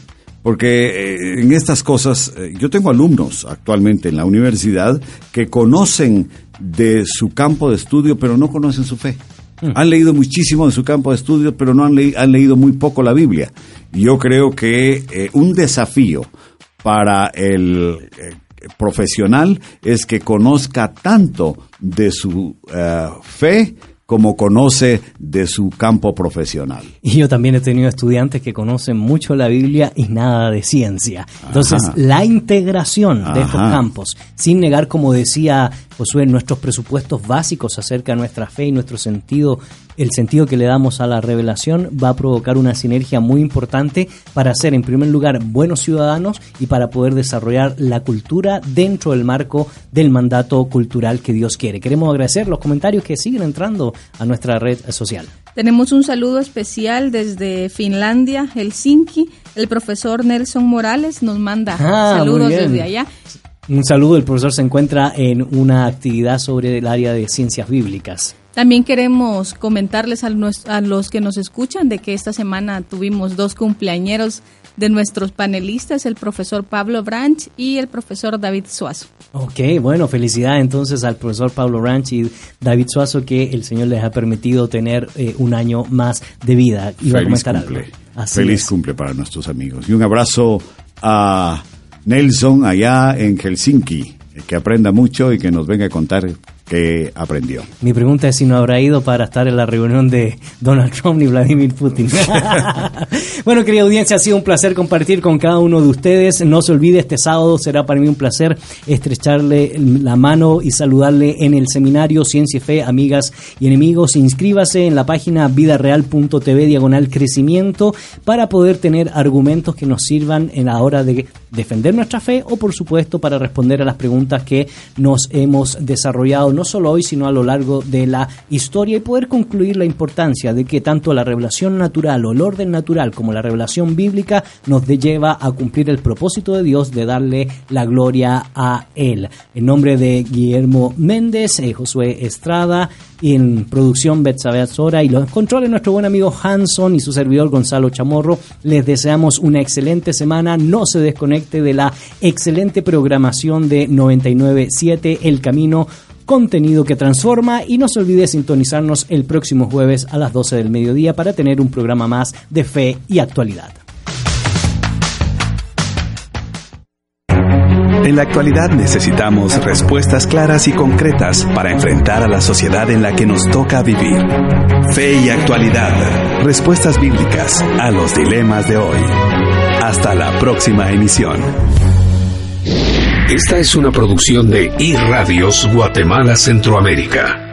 Porque en estas cosas, yo tengo alumnos actualmente en la universidad que conocen de su campo de estudio, pero no conocen su fe. Han leído muchísimo de su campo de estudio, pero no han leído muy poco la Biblia. Y yo creo que un desafío para el profesional es que conozca tanto de su fe como conoce de su campo profesional. Y yo también he tenido estudiantes que conocen mucho la Biblia y nada de ciencia. Entonces, la integración de estos campos, sin negar, como decía Josué, nuestros presupuestos básicos acerca de nuestra fe y nuestro sentido, el sentido que le damos a la revelación, va a provocar una sinergia muy importante para ser, en primer lugar, buenos ciudadanos y para poder desarrollar la cultura dentro del marco del mandato cultural que Dios quiere. Queremos agradecer los comentarios que siguen entrando a nuestra red social. Tenemos un saludo especial desde Finlandia, Helsinki. El profesor Nelson Morales nos manda saludos desde allá. Un saludo, el profesor se encuentra en una actividad sobre el área de ciencias bíblicas. También queremos comentarles a los que nos escuchan de que esta semana tuvimos 2 cumpleañeros de nuestros panelistas, el profesor Pablo Branch y el profesor David Suazo. Ok, bueno, felicidades entonces al profesor Pablo Branch y David Suazo, que el Señor les ha permitido tener un año más de vida. Iba a comentar algo. Feliz cumple para nuestros amigos. Y un abrazo a Nelson allá en Helsinki, que aprenda mucho y que nos venga a contar qué aprendió. Mi pregunta es si no habrá ido para estar en la reunión de Donald Trump y Vladimir Putin. Bueno, querida audiencia, ha sido un placer compartir con cada uno de ustedes. No se olvide, este sábado será para mí un placer estrecharle la mano y saludarle en el seminario Ciencia y Fe, Amigas y Enemigos. Inscríbase en la página vidareal.tv/crecimiento para poder tener argumentos que nos sirvan en la hora de defender nuestra fe o, por supuesto, para responder a las preguntas que nos hemos desarrollado no solo hoy, sino a lo largo de la historia, y poder concluir la importancia de que tanto la revelación natural o el orden natural como la revelación bíblica nos lleva a cumplir el propósito de Dios de darle la gloria a Él. En nombre de Guillermo Méndez, Josué Estrada, y en producción Betsabe Azora, y los controles nuestro buen amigo Hanson y su servidor Gonzalo Chamorro, les deseamos una excelente semana. No se desconecte de la excelente programación de 99.7 El Camino, contenido que transforma, y no se olvide sintonizarnos el próximo jueves a las 12 del mediodía para tener un programa más de fe y actualidad. En la actualidad necesitamos respuestas claras y concretas para enfrentar a la sociedad en la que nos toca vivir. Fe y actualidad. Respuestas bíblicas a los dilemas de hoy. Hasta la próxima emisión. Esta es una producción de iRadios Guatemala Centroamérica.